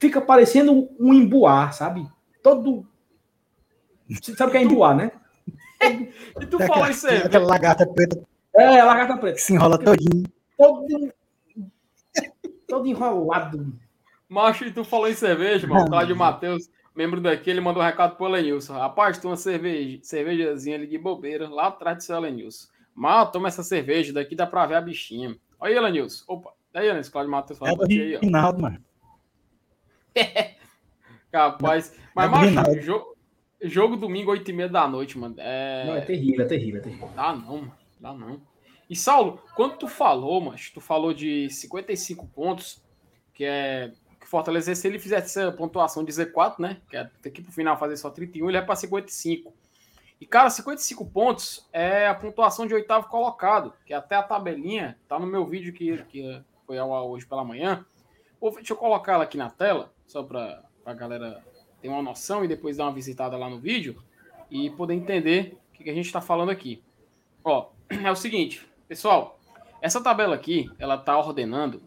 fica parecendo um emboar, sabe? Todo... Você sabe o que é emboar, né? E tu fala isso aí. Aquela lagarta preta. É, lagarta preta. Que se enrola todinho. Todo, todo enrolado. Macho, e tu falou em cerveja, mano. O Cláudio Matheus, membro daqui, ele mandou um recado pro Elenilson. Rapaz, tem uma cerveja, cervejazinha ali de bobeira, lá atrás do seu Elenilson. Mal, toma essa cerveja, daqui dá pra ver a bichinha. Olha aí, Elenilson. Opa, daí, Elenilson, Cláudio Matheus falando pra ti aí, ó. Rinaldo, mano. Capaz. Mas, É macho, jogo, jogo domingo, oito e meia da noite, mano. É... Não, é terrível, é terrível, é terrível. Dá não, mano. Dá não. E, Saulo, quando tu falou, macho, tu falou de cinquenta e cinco pontos, que é... que Fortaleza, se ele fizesse essa pontuação de Z quatro, né? Que é daqui pro final fazer só trinta e um, ele é para cinquenta e cinco. E, cara, cinquenta e cinco pontos é a pontuação de oitavo colocado, que até a tabelinha tá no meu vídeo que, que foi ao ar hoje pela manhã. Deixa eu colocar ela aqui na tela, só para a galera ter uma noção e depois dar uma visitada lá no vídeo e poder entender o que, que a gente está falando aqui. Ó, é o seguinte, pessoal, essa tabela aqui, ela tá ordenando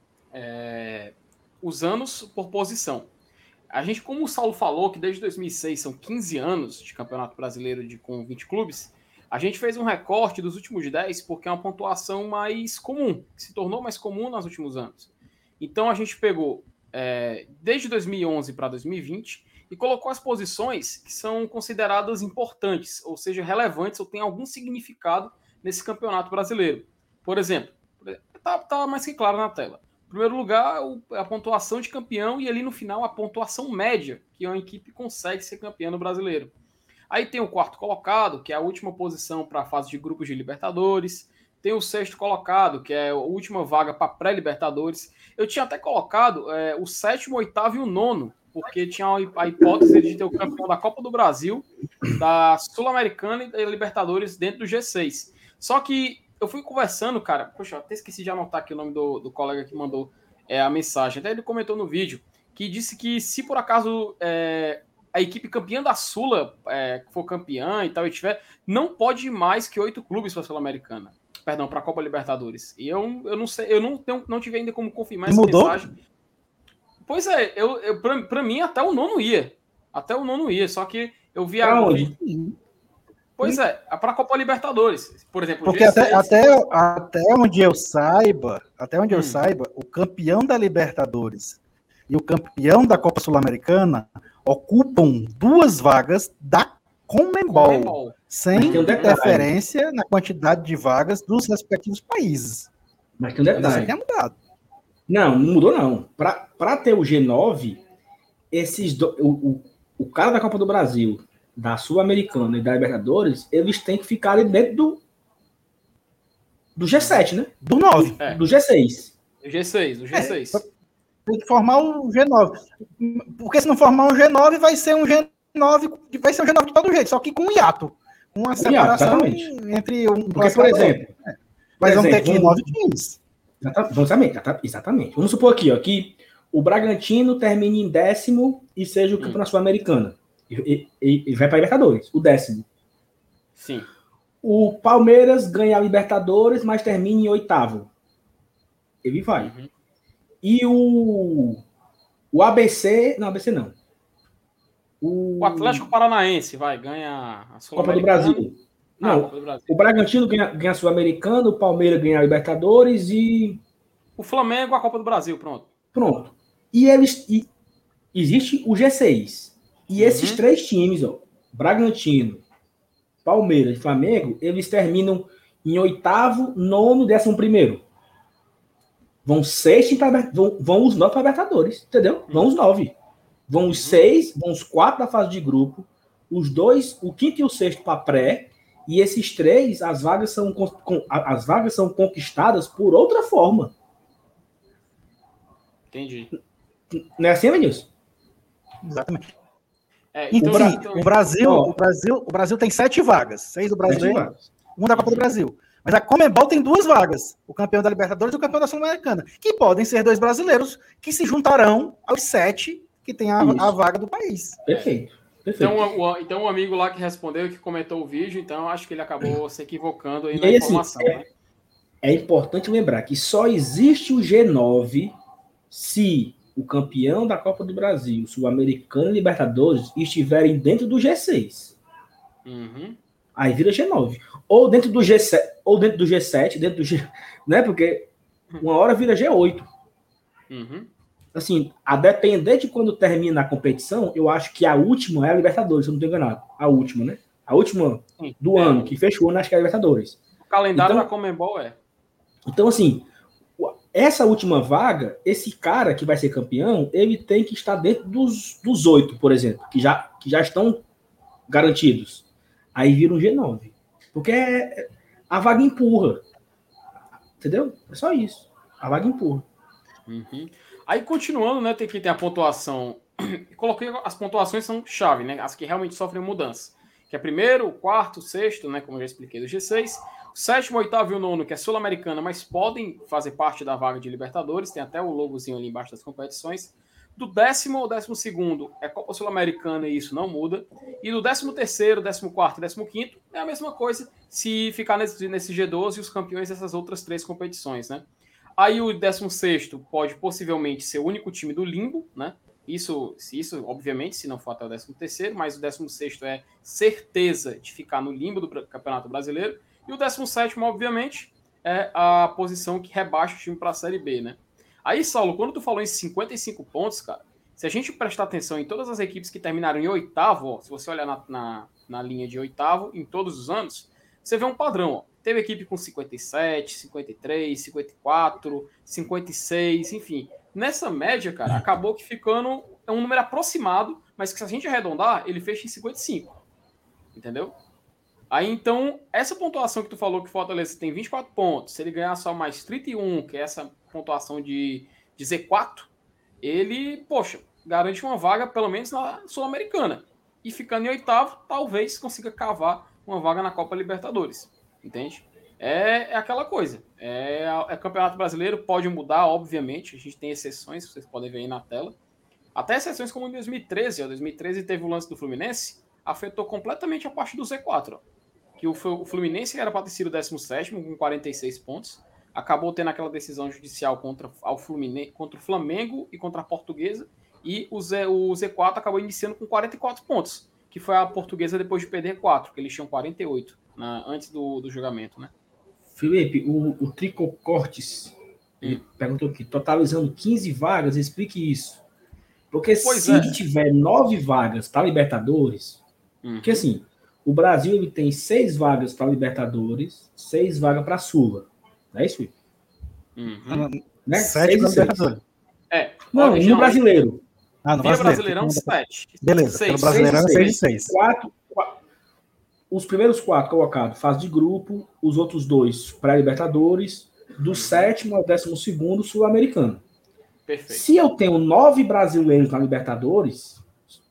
é, os anos por posição. A gente, como o Saulo falou, que desde dois mil e seis são quinze anos de Campeonato Brasileiro de, com vinte clubes, a gente fez um recorte dos últimos dez porque é uma pontuação mais comum, que se tornou mais comum nos últimos anos. Então a gente pegou é, desde dois mil e onze para dois mil e vinte e colocou as posições que são consideradas importantes, ou seja, relevantes ou têm algum significado nesse Campeonato Brasileiro. Por exemplo, tá, tá mais que claro na tela. Em primeiro lugar, a pontuação de campeão e ali no final a pontuação média que uma equipe consegue ser campeã no Brasileiro. Aí tem o quarto colocado, que é a última posição para a fase de grupos de Libertadores. Tem o sexto colocado, que é a última vaga para pré-Libertadores. Eu tinha até colocado é, o sétimo, o oitavo e o nono, porque tinha a hipótese de ter o campeão da Copa do Brasil, da Sul-Americana e da Libertadores dentro do G seis. Só que eu fui conversando, cara, poxa, eu até esqueci de anotar aqui o nome do, do colega que mandou é, a mensagem. Até ele comentou no vídeo, que disse que se por acaso é, a equipe campeã da Sula é, for campeã e tal, e tiver, não pode ir mais que oito clubes para a Sul-Americana. Perdão, para a Copa Libertadores. E eu, eu não sei, eu não, tenho, não tive ainda como confirmar essa mudou? mensagem. Pois é, eu, eu, para mim até o nono ia. Até o nono ia, só que eu vi pra a. Onde? Pois é, para a Copa Libertadores, por exemplo. Porque até, até, até onde eu saiba, até onde hum. eu saiba, o campeão da Libertadores e o campeão da Copa Sul-Americana ocupam duas vagas da Conmebol, Conmebol. sem um interferência na quantidade de vagas dos respectivos países. Mas tem um detalhe. Isso é mudado. Não, não mudou não. Para ter o G nove, esses do, o, o, o cara da Copa do Brasil, da Sul-Americana e da Libertadores, eles têm que ficar ali dentro do, do G sete, né? Do nove. É. Do G seis. Do G seis, do G seis. É, tem que formar o G nove. Porque se não formar um G nove, vai ser um G nove, vai ser um G nove de todo jeito, só que com um hiato. Uma separação hiato, entre um... Porque, por exemplo... É. Mas vão ter que nove times. Exatamente, exatamente. Vamos supor aqui, ó, que o Bragantino termine em décimo e seja o campeão hum. sul-americano. E, e, e vai para a Libertadores, o décimo. Sim. O Palmeiras ganha a Libertadores, mas termina em oitavo. Ele vai. Uhum. E o, o A B C... Não, A B C não. O, o Atlético Paranaense vai, ganha a Copa do Brasil. Não, ah, do Brasil. O Bragantino ganha, ganha a Sul-Americana, o Palmeiras ganha a Libertadores e... O Flamengo a Copa do Brasil, pronto. Pronto. E eles... E, existe o G seis. E uhum. esses três times, ó, Bragantino, Palmeiras e Flamengo, eles terminam em oitavo, nono, décimo primeiro. Vão seis, vão, vão os nove para Libertadores, entendeu? Vão os nove. Vão os seis, vão os quatro da fase de grupo, os dois, o quinto e o sexto para pré, e esses três, as vagas são, as vagas são conquistadas por outra forma. Entendi. Não é assim, Vinícius? Exatamente. É, então, Bra então, o, Brasil, ó, o, Brasil, o Brasil tem sete vagas. Seis do Brasileiro, uma da Copa do Brasil. Mas a Conmebol tem duas vagas. O campeão da Libertadores e o campeão da Sul-Americana. Que podem ser dois brasileiros que se juntarão aos sete que tem a, a vaga do país. Perfeito. Perfeito. Então, o, então, o amigo lá que respondeu, que comentou o vídeo, então acho que ele acabou se equivocando aí na informação. Assim, é, né? é importante lembrar que só existe o G nove se o campeão da Copa do Brasil, Sul-Americano e Libertadores estiverem dentro do G seis. Uhum. Aí vira G nove. Ou dentro do G sete, ou dentro do G sete, dentro do G... Né? Porque uma hora vira G oito. Uhum. Assim, a depender de quando termina a competição, eu acho que a última é a Libertadores, se eu não estou enganado. A última, né? A última Sim. do É, ano, que fechou, acho que é a Libertadores. O calendário Então- da Conmebol é. Então, assim, essa última vaga, esse cara que vai ser campeão, ele tem que estar dentro dos, dos oito, por exemplo, que já, que já estão garantidos. Aí vira um G nove. Porque é- a vaga empurra. Entendeu? É só isso. A vaga empurra. Uhum. Aí, continuando, né, tem que ter a pontuação. Coloquei as pontuações são chave, né? As que realmente sofrem mudança. Que é primeiro, quarto, sexto, né? Como eu já expliquei, do G seis. O sétimo, oitavo e o nono, que é sul-americana, mas podem fazer parte da vaga de Libertadores. Tem até o logozinho ali embaixo das competições. Do décimo ao décimo segundo é Copa Sul-Americana e isso não muda. E do décimo terceiro, décimo quarto e décimo quinto é a mesma coisa se ficar nesse, nesse G doze os campeões dessas outras três competições, né? Aí o décimo sexto pode possivelmente ser o único time do limbo, né? Isso, isso, obviamente, se não for até o décimo terceiro, mas o décimo sexto é certeza de ficar no limbo do Campeonato Brasileiro. E o décimo sétimo, obviamente, é a posição que rebaixa o time para a Série B, né? Aí, Saulo, quando tu falou em cinquenta e cinco pontos, cara, se a gente prestar atenção em todas as equipes que terminaram em oitavo, ó, se você olhar na, na, na linha de oitavo, em todos os anos, você vê um padrão, ó. Teve equipe com cinquenta e sete, cinquenta e três, cinquenta e quatro, cinquenta e seis, enfim. Nessa média, cara, acabou que ficando é um número aproximado, mas que se a gente arredondar, ele fecha em cinquenta e cinco. Entendeu? Aí, então, essa pontuação que tu falou que o Fortaleza tem vinte e quatro pontos, se ele ganhar só mais trinta e um, que é essa pontuação de, de Z quatro, ele, poxa, garante uma vaga, pelo menos na Sul-Americana. E ficando em oitavo, talvez consiga cavar uma vaga na Copa Libertadores. Entende? É, é aquela coisa. É, é Campeonato Brasileiro, pode mudar, obviamente. A gente tem exceções, vocês podem ver aí na tela. Até exceções como em dois mil e treze. Ó, dois mil e treze teve o lance do Fluminense, afetou completamente a parte do Z quatro. Ó, que o, o Fluminense era para ter sido o décimo sétimo com quarenta e seis pontos. Acabou tendo aquela decisão judicial contra, ao Fluminense, contra o Flamengo e contra a Portuguesa. E o, Z, o Z quatro acabou iniciando com quarenta e quatro pontos, que foi a Portuguesa depois de perder quatro, que eles tinham quarenta e oito na, antes do, do julgamento, né? Felipe, o, o Tricocortes ele hum. perguntou aqui, totalizando quinze vagas, explique isso. Porque pois se é. tiver nove vagas para Libertadores, uhum. porque assim, o Brasil ele tem seis vagas para Libertadores, seis vagas para Sula. Não é isso, Felipe? Uhum. Né? Sete para Libertadores. É. Não, no brasileiro. Ah, no Via brasileiro. Brasileirão, sete. Beleza, seis. pelo Brasileirão é seis e seis. Quatro, quatro. Os primeiros quatro colocados, fase de grupo, os outros dois pré-Libertadores, do sétimo ao décimo segundo Sul-Americano. Perfeito. Se eu tenho nove brasileiros na Libertadores,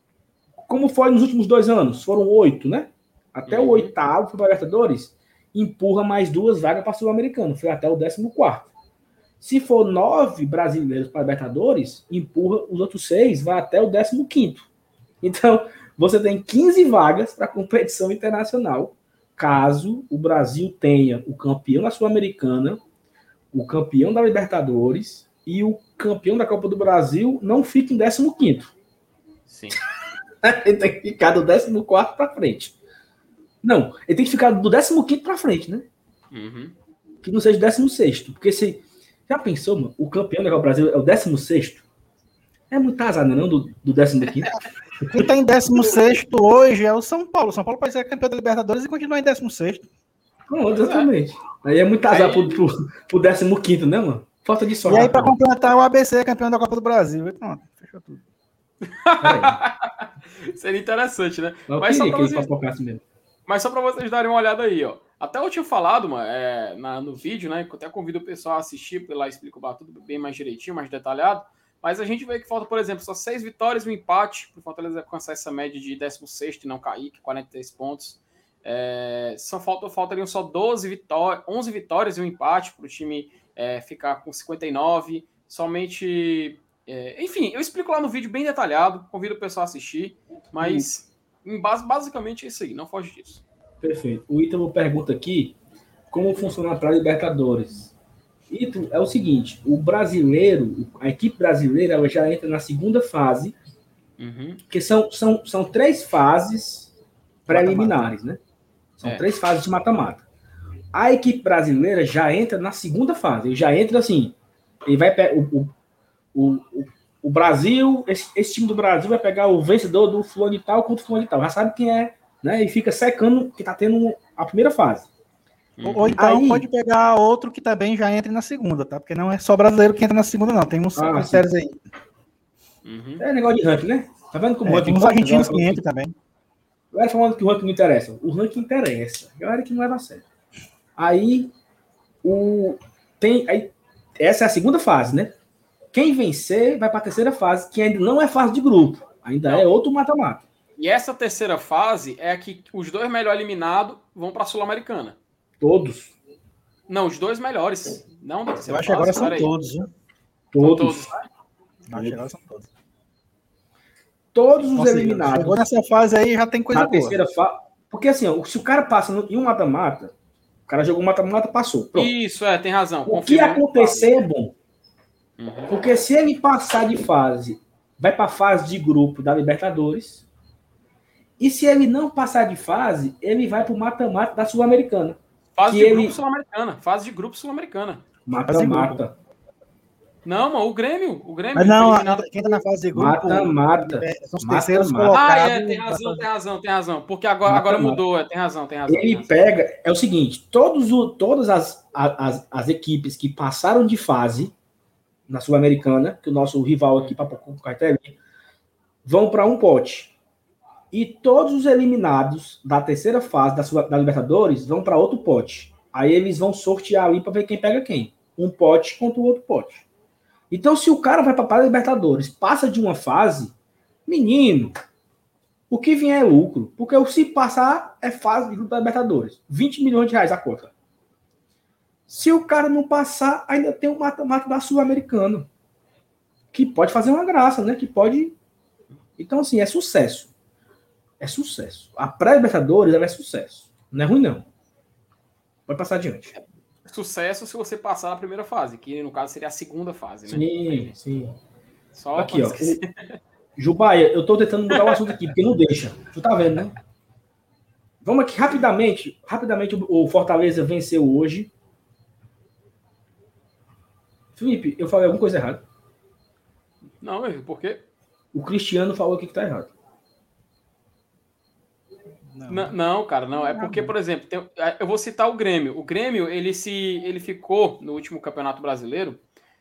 como foi nos últimos dois anos? Foram oito, né? Até uhum. o oitavo para Libertadores, empurra mais duas vagas para Sul-Americano. Foi até o décimo quarto. Se for nove brasileiros para Libertadores, empurra os outros seis, vai até o décimo quinto. Então, você tem quinze vagas para competição internacional, caso o Brasil tenha o campeão da Sul-Americana, o campeão da Libertadores e o campeão da Copa do Brasil não fique em décimo quinto. Sim. Ele tem que ficar do décimo quarto para frente. Não, ele tem que ficar do décimo quinto para frente, né? Uhum. Que não seja décimo sexto. Porque se... Já pensou, mano? O campeão da Copa do Brasil é o décimo sexto? É muito azar, não, do, do décimo quinto? Quem está em décimo sexto hoje é o São Paulo. O São Paulo pode ser campeão da Libertadores e continuar em décimo sexto. Não, exatamente. É. Aí é muito azar aí... pro, pro, pro décimo quinto, né, mano? Falta de sorte. E aí, para completar, o A B C é campeão da Copa do Brasil. E pronto, fechou tudo. Seria interessante, né? Eu Mas, só que vocês... mesmo. Mas só para vocês darem uma olhada aí, ó. Até eu tinha falado, mano, é, na, no vídeo, né? Que eu até convido o pessoal a assistir, porque lá explico tudo bem mais direitinho, mais detalhado. Mas a gente vê que falta, por exemplo, só seis vitórias e um empate para o Fortaleza alcançar essa média de décimo sexto e não cair, que quarenta e três pontos. É, só falta, faltariam só doze vitórias, onze vitórias e um empate para o time é, ficar com cinquenta e nove. Somente... É, enfim, eu explico lá no vídeo bem detalhado, convido o pessoal a assistir, mas em base, basicamente é isso aí, não foge disso. Perfeito. O Ítalo pergunta aqui como funciona para a Libertadores. Ítalo, é o seguinte, o brasileiro, a equipe brasileira, ela já entra na segunda fase, Uhum. que são, são, são três fases preliminares, né? São É. três fases de mata-mata. A equipe brasileira já entra na segunda fase, ele já entra assim, ele vai pe- o, o, o, o Brasil, esse, esse time do Brasil vai pegar o vencedor do fulano de tal contra o fulano de tal, já sabe quem é, né? E fica secando que tá tendo a primeira fase. Ou, ou então Aí- pode pegar outro que também já entre na segunda, tá? Porque não é só brasileiro que entra na segunda, não. Tem uns Ah, critérios aí. Uhum. É negócio de ranking, né? Tá vendo como o É, ranking tem uns importa? argentinos Agora, que entram também. Galera falando que o ranking não interessa. O ranking interessa. Galera que não leva a sério. Aí, o, tem, aí, essa é a segunda fase, né? Quem vencer vai para a terceira fase, que ainda não é fase de grupo. Ainda Não. é outro mata-mata. E essa terceira fase é a que os dois melhores eliminados vão para a Sul-Americana. Todos. Não, os dois melhores. Não da Eu terceira acho que agora fase. são Peraí. todos, viu? São Todos. todos, né? Eu acho que agora são todos. Todos os Nossa, eliminados chegou nessa fase aí, já tem coisa na boa. terceira fase. Porque assim, ó, se o cara passa no, em um mata-mata, o cara jogou um mata-mata, passou. Pronto. Isso, é, tem razão. O que Confirmou. acontecer é bom. Uhum. Porque se ele passar de fase, vai para a fase de grupo da Libertadores. E se ele não passar de fase, ele vai para o mata-mata da Sul-Americana. Fase Que de ele- grupo sul-americana. Fase de grupo sul-americana. Mata-mata. Não, mano, o Grêmio. O Grêmio Mas não, foi eliminado. quem tá na fase de grupo. Mata-mata. é, São os Mata-mata. terceiros Ah, colocados. é, tem razão, tem razão, tem razão. Porque agora, agora Mata-mata. mudou, é, tem razão, tem razão. tem Ele razão. pega. É o seguinte: todos o, todas as, as, as equipes que passaram de fase na Sul-Americana, que o nosso rival aqui, Papocu Caeteli, vão para um pote. E todos os eliminados da terceira fase da, Sul- da Libertadores vão para outro pote. Aí eles vão sortear ali para ver quem pega quem. Um pote contra o outro pote. Então, se o cara vai para a Libertadores, passa de uma fase, menino, o que vier é lucro. Porque se passar, é fase de grupo da Libertadores. vinte milhões de reais a conta. Se o cara não passar, ainda tem o mata-mata da Sul-Americana. Que pode fazer uma graça, né? Que pode. Então, assim, é sucesso. É sucesso. A pré-Libertadores ela é sucesso. Não é ruim, não. Pode passar adiante. Sucesso se você passar a primeira fase, que no caso seria a segunda fase, né? Sim, sim. Só Aqui, pra ó. esquecer. O- Jubaia, eu tô tentando mudar o assunto aqui, porque não deixa. Tu tá vendo, né? Vamos aqui rapidamente. Rapidamente, o o Fortaleza venceu hoje. Felipe, eu falei alguma coisa errada. Não, meu, por quê? O Cristiano falou aqui que tá errado. Não. Não, não, cara, não. É porque, por exemplo, tem- eu vou citar o Grêmio. O Grêmio, ele se ele ficou no último Campeonato Brasileiro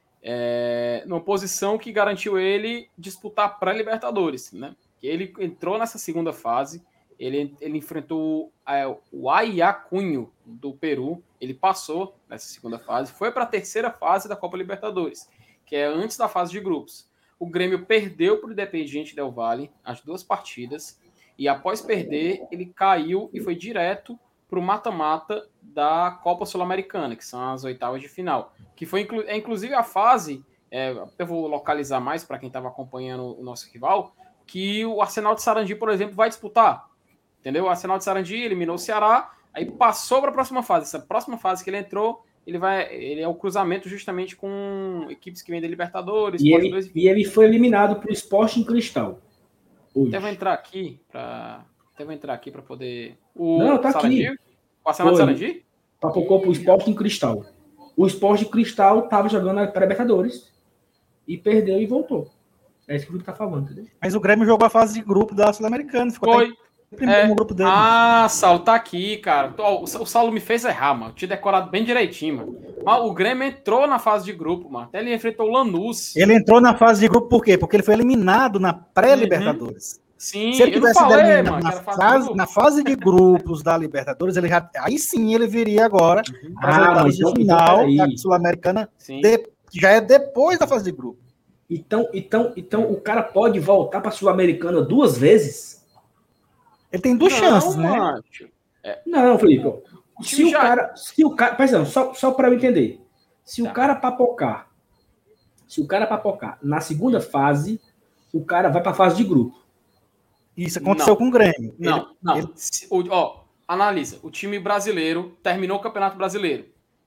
é, numa posição que garantiu ele disputar pré-Libertadores, né? Ele entrou nessa segunda fase, ele, ele enfrentou é, o Ayacucho do Peru, ele passou nessa segunda fase, foi para a terceira fase da Copa Libertadores, que é antes da fase de grupos. O Grêmio perdeu para o Independiente Del Valle as duas partidas, e após perder, ele caiu e foi direto para o mata-mata da Copa Sul-Americana, que são as oitavas de final. Que foi inclu é, inclusive a fase, é, eu vou localizar mais para quem estava acompanhando o nosso rival, que o Arsenal de Sarandi, por exemplo, vai disputar. Entendeu? O Arsenal de Sarandi eliminou o Ceará, aí passou para a próxima fase. Essa próxima fase que ele entrou, ele vai, ele é o cruzamento justamente com equipes que vêm da Libertadores. E Sport ele, dois. e ele foi eliminado pro Sporting Cristal. Hoje. Até vou entrar aqui para, até vou entrar aqui para poder. O Não, tá Sarandi? aqui. O Arsenal de Foi. Sarandi? Papocou pro Sporting Cristal. O Sporting Cristal tava jogando a pré-Libertadores e perdeu e voltou. É isso que o Felipe tá falando, entendeu? Mas o Grêmio jogou a fase de grupo da Sul-Americana. Ficou Foi. até em primeiro É. no grupo dele. Ah, Saulo, tá aqui, cara. Ó, O o Saulo me fez errar, mano. Tinha decorado bem direitinho, mano. Mas o Grêmio entrou na fase de grupo, mano. Até ele enfrentou o Lanús. Ele entrou na fase de grupo por quê? Porque ele foi eliminado na pré-Libertadores. Sim, Se ele eu não tivesse sido falei, eliminado mano, que na era fase, fase, de grupo. na fase de grupos da Libertadores, ele já, aí sim ele viria agora para Ah, voltar mas de então- final então, peraí. da Sul-Americana, Sim. de- que já é depois da fase de grupo. Então, então, então o cara pode voltar pra Sul-Americana duas vezes? Ele tem duas Não, chances, né? mano. Não, Felipe. ó. O Se time o já- cara. Se o cara. Mas não, só, só para eu entender. Se Tá. o cara papocar. Se o cara papocar na segunda fase, o cara vai pra fase de grupo. Isso aconteceu Não. com o Grêmio. Não, Ele- não. ele- Se- o- ó, analisa. O time brasileiro terminou o Campeonato Brasileiro.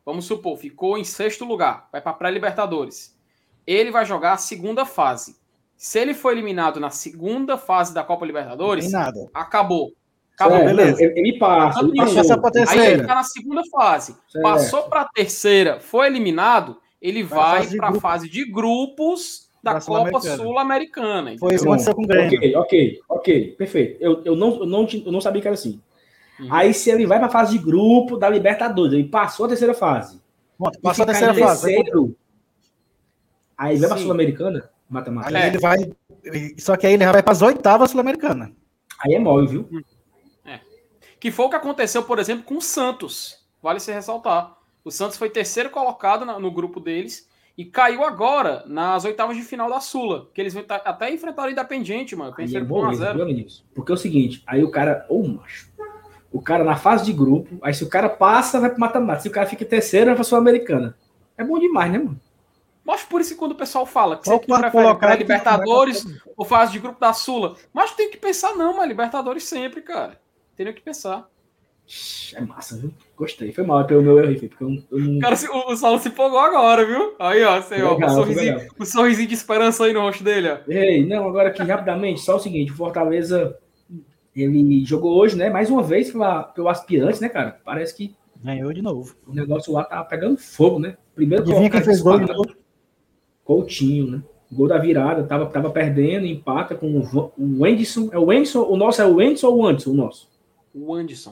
vamos supor, ficou em sexto lugar, vai para pré-Libertadores. Ele vai jogar a segunda fase. Se ele for eliminado na segunda fase da Copa Libertadores, Não tem nada. acabou. Acabou, É, beleza. Ele, ele passa, ele Nenhum. passou. Passa pra Aí ele terceira. tá na segunda fase. Certo. Passou para a terceira, foi eliminado, ele Vai vai pra fase de para a grupo. fase de grupos da Da Copa Sul-Americana. Sul-Americana. Foi isso que Pronto. aconteceu com o Grêmio. Ok, ok, ok, perfeito. Eu, eu, não, eu, não, ti- eu não sabia que era assim. Uhum. Aí se ele vai para a fase de grupo da Libertadores, ele passou a terceira fase. Pronto, E passou a ficar terceira em fase. vai pro- terceiro, aí ele vai para a Sim. Sul-Americana, matemática. Aí É. ele vai. Só que aí ele já vai para as oitavas sul-americanas. Aí é mole, viu? Que foi o que aconteceu, por exemplo, com o Santos. Vale se ressaltar. O Santos foi terceiro colocado na- no grupo deles e caiu agora nas oitavas de final da Sula. Que eles vão ta- até enfrentaram o Independiente, mano. Aí é Venceram por um a moleza, viu, zero. Vinícius? Porque é o seguinte, aí o cara, ou macho, o cara na fase de grupo, aí se o cara passa, vai pro mata-mata. Se o cara fica em terceiro, vai pra Sul-Americana. É bom demais, né, mano? Mas por isso que quando o pessoal fala que Só você o quarto prefere colocado pra que vai Libertadores pra- ou fase de grupo da Sula. Mas tem que pensar não, mas Libertadores sempre, cara. Tem que pensar. É massa, viu? Gostei. Foi mal pelo meu erro, aí, porque eu, eu não... Cara, se- o, o Saulo se empolgou agora, viu? Aí, ó, sei, ó, Legal, o, foi sorrisinho, legal. o sorrisinho de esperança aí no rosto dele, ó. Ei, não, agora aqui rapidamente, só o seguinte, o Fortaleza, ele jogou hoje, né, mais uma vez pela, pelo aspirante, né, cara? Parece que Ganhou de novo. o negócio lá tá pegando fogo, né? Primeiro Adivinha quem colocado fez gol de disparado, novo? Coutinho, né? Gol da virada, tava, tava perdendo, empata com o, Va- o Wenderson. É o Wenderson? O nosso é o Wenderson ou o Anderson? O nosso? O Anderson.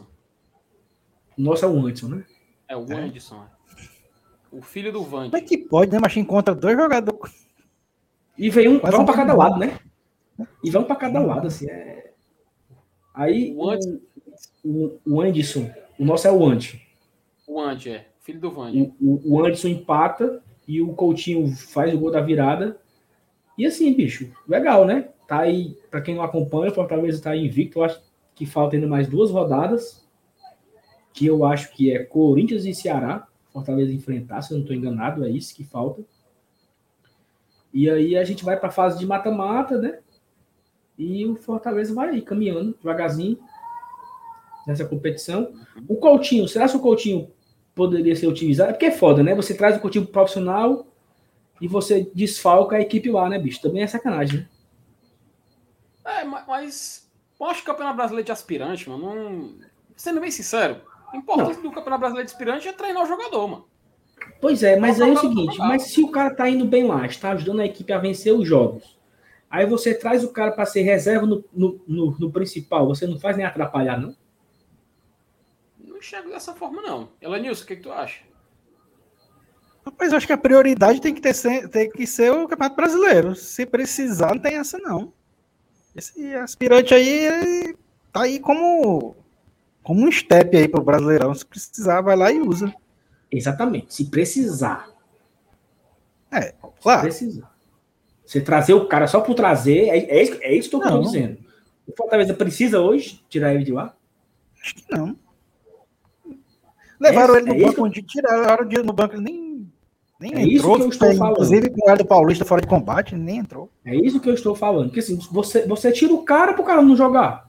O nosso é o Anderson, né? É o Anderson. é. O filho do Vande. Como é que pode, né? Mas encontra dois jogadores. E veio um, Quase vai um pra um cada gol. lado, né? E vão pra cada lado, assim. É... Aí O Anderson. o, o, o Anderson, o nosso é o Anderson. O Andy, é. Filho do Vande. O, o, o Anderson empata e o Coutinho faz o gol da virada. E assim, bicho, legal, né? Tá aí, pra quem não acompanha, o Fortaleza tá invicto. Eu acho que falta ainda mais duas rodadas. Que eu acho que é Corinthians e Ceará. Fortaleza enfrentar, se eu não estou enganado, é isso que falta. E aí a gente vai para a fase de mata-mata, né? E o Fortaleza vai aí caminhando devagarzinho nessa competição. O Coutinho, será que o Coutinho poderia ser utilizado? É porque é foda, né? Você traz o Coutinho profissional e você desfalca a equipe lá, né, bicho? Também é sacanagem, né? É, ma- mas eu acho que o Campeonato Brasileiro de aspirante, mano, não... Sendo bem sincero, a importância do Campeonato Brasileiro de aspirante é treinar o jogador, mano. Pois é, mas aí é o Colocar o seguinte, cara pra mas se o cara tá indo bem lá, está ajudando a equipe a vencer os jogos, aí você traz o cara para ser reserva no, no, no, no principal, você não faz nem atrapalhar, não? Não enxergo dessa forma, não. Elenilson, o que, que tu acha? Mas eu acho que a prioridade tem que, ter, tem que ser o Campeonato Brasileiro. Se precisar, não tem essa, não. Esse aspirante aí, ele tá aí como, como um step aí pro Brasileirão. Se precisar, vai lá e usa. Exatamente, se precisar. É, Se claro. precisar. Você trazer o cara só por trazer, é, é, isso, é isso que eu estou Não. dizendo. O Fortaleza precisa hoje tirar ele de lá? Acho que não. Levaram É- ele no é isso banco, que- onde tiraram o dia no banco, ele nem, nem É isso entrou. que eu estou Tem, falando. inclusive, com o Hélio Paulista fora de combate, nem entrou. É isso que eu estou falando. Porque assim, você, você tira o cara pro cara não jogar.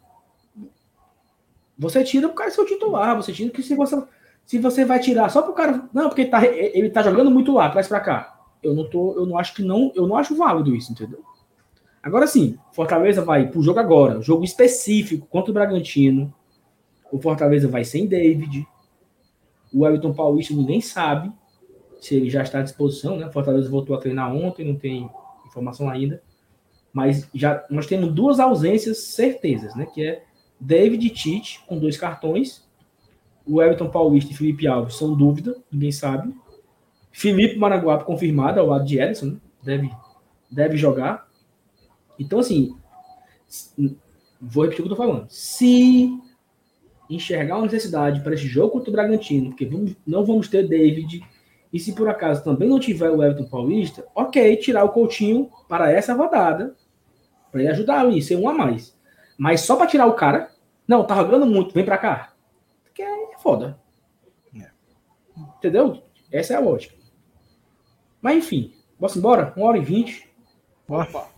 Você tira o cara ser o titular. Você tira que se você, se você vai tirar só pro cara. Não, porque ele tá, ele tá jogando muito lá, traz pra cá. Eu não tô. Eu não acho que não. Eu não acho válido isso, entendeu? Agora sim, Fortaleza vai pro jogo agora, jogo específico contra o Bragantino. O Fortaleza vai sem David. O Everton Paulista ninguém sabe se ele já está à disposição, né? O Fortaleza voltou a treinar ontem, não tem informação ainda. Mas já nós temos duas ausências certezas, né? Que é David e Tite, com dois cartões. O Everton Paulista e Felipe Alves são dúvida, ninguém sabe. Felipe Maranguape confirmado ao lado de Ederson, né? deve, deve jogar. Então, assim, vou repetir o que eu tô falando. Se enxergar uma necessidade para esse jogo contra o Bragantino, porque vamos, não vamos ter David, e se por acaso também não tiver o Everton Paulista, ok, tirar o Coutinho para essa rodada, para ele ajudar ali, ser um a mais. Mas só para tirar o cara, não, tá jogando muito, vem para cá. Porque é foda. É. Entendeu? Essa é a lógica. Mas enfim, vamos embora? Uma hora e vinte. Opa.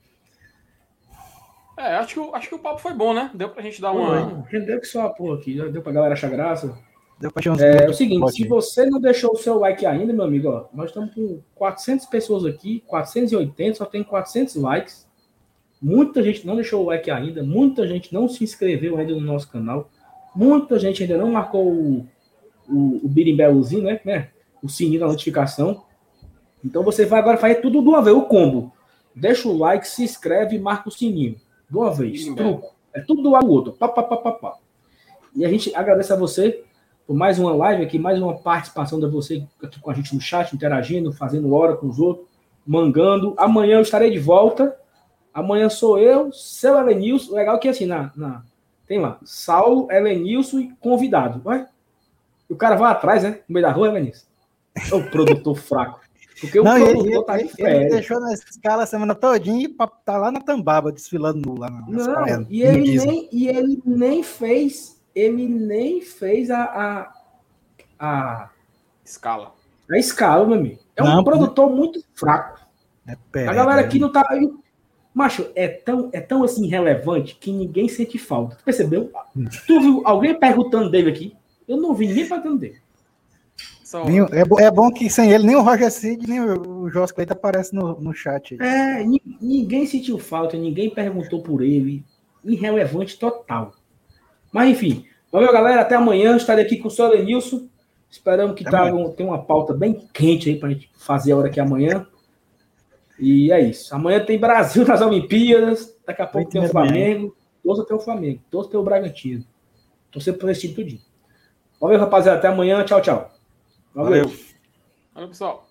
É, acho que, o- acho que o papo foi bom, né? Deu pra gente dar uma. Rendeu que só a porra aqui. Já deu pra galera achar graça. Deu pra uns é, é o seguinte, se você não deixou o seu like ainda, meu amigo, ó, nós estamos com quatrocentas pessoas aqui, quatrocentos e oitenta, só tem quatrocentos likes. Muita gente não deixou o like ainda, muita gente não se inscreveu ainda no nosso canal, muita gente ainda não marcou o, o, o birimbelzinho, né, né? O sininho da notificação. Então você vai agora fazer tudo de uma vez, o combo. Deixa o like, se inscreve e marca o sininho. De uma vez, truco. É tudo do lado do outro. Pá, pá, pá, pá, pá. E a gente agradece a você por mais uma live aqui, mais uma participação de você aqui com a gente no chat, interagindo, fazendo hora com os outros, mangando. Amanhã eu estarei de volta. Amanhã sou eu, seu Elenilson. Legal que assim, na, na, tem lá, Saulo, Elenilson e convidado. Vai? E o cara vai atrás, né? No meio da rua, Elenilson. É o produtor fraco. Porque o não, produtor ele, tá de ele, férias. ele deixou na escala a semana todinha e tá lá na Tambaba, desfilando nu lá. Não, praias, e, ele nem, e ele nem fez, ele nem fez a, a, a escala. A escala, meu amigo. É um não, produtor muito fraco. É pera, a galera é, aqui não tá... Macho, é tão, é tão assim relevante que ninguém sente falta. Tu percebeu? Tu viu alguém perguntando dele aqui? Eu não vi ninguém perguntando dele. Só... É, bom, é bom que sem ele nem o Roger Cid, nem o Jos Cleito aparece no, no chat. Aí. É, ninguém sentiu falta, ninguém perguntou por ele. Irrelevante total. Mas enfim, valeu galera, até amanhã. Estarei aqui com o senhor Elenilson. Esperamos que tá, um, tem uma pauta bem quente aí pra gente fazer a hora aqui amanhã. E é isso. Amanhã tem Brasil nas Olimpíadas. Daqui a pouco tem o Flamengo. Torça até o Flamengo. Torça até o Bragantino. Torcer por esse time tudinho. Valeu, rapaziada. Até amanhã. Tchau, tchau. Valeu. Valeu, pessoal.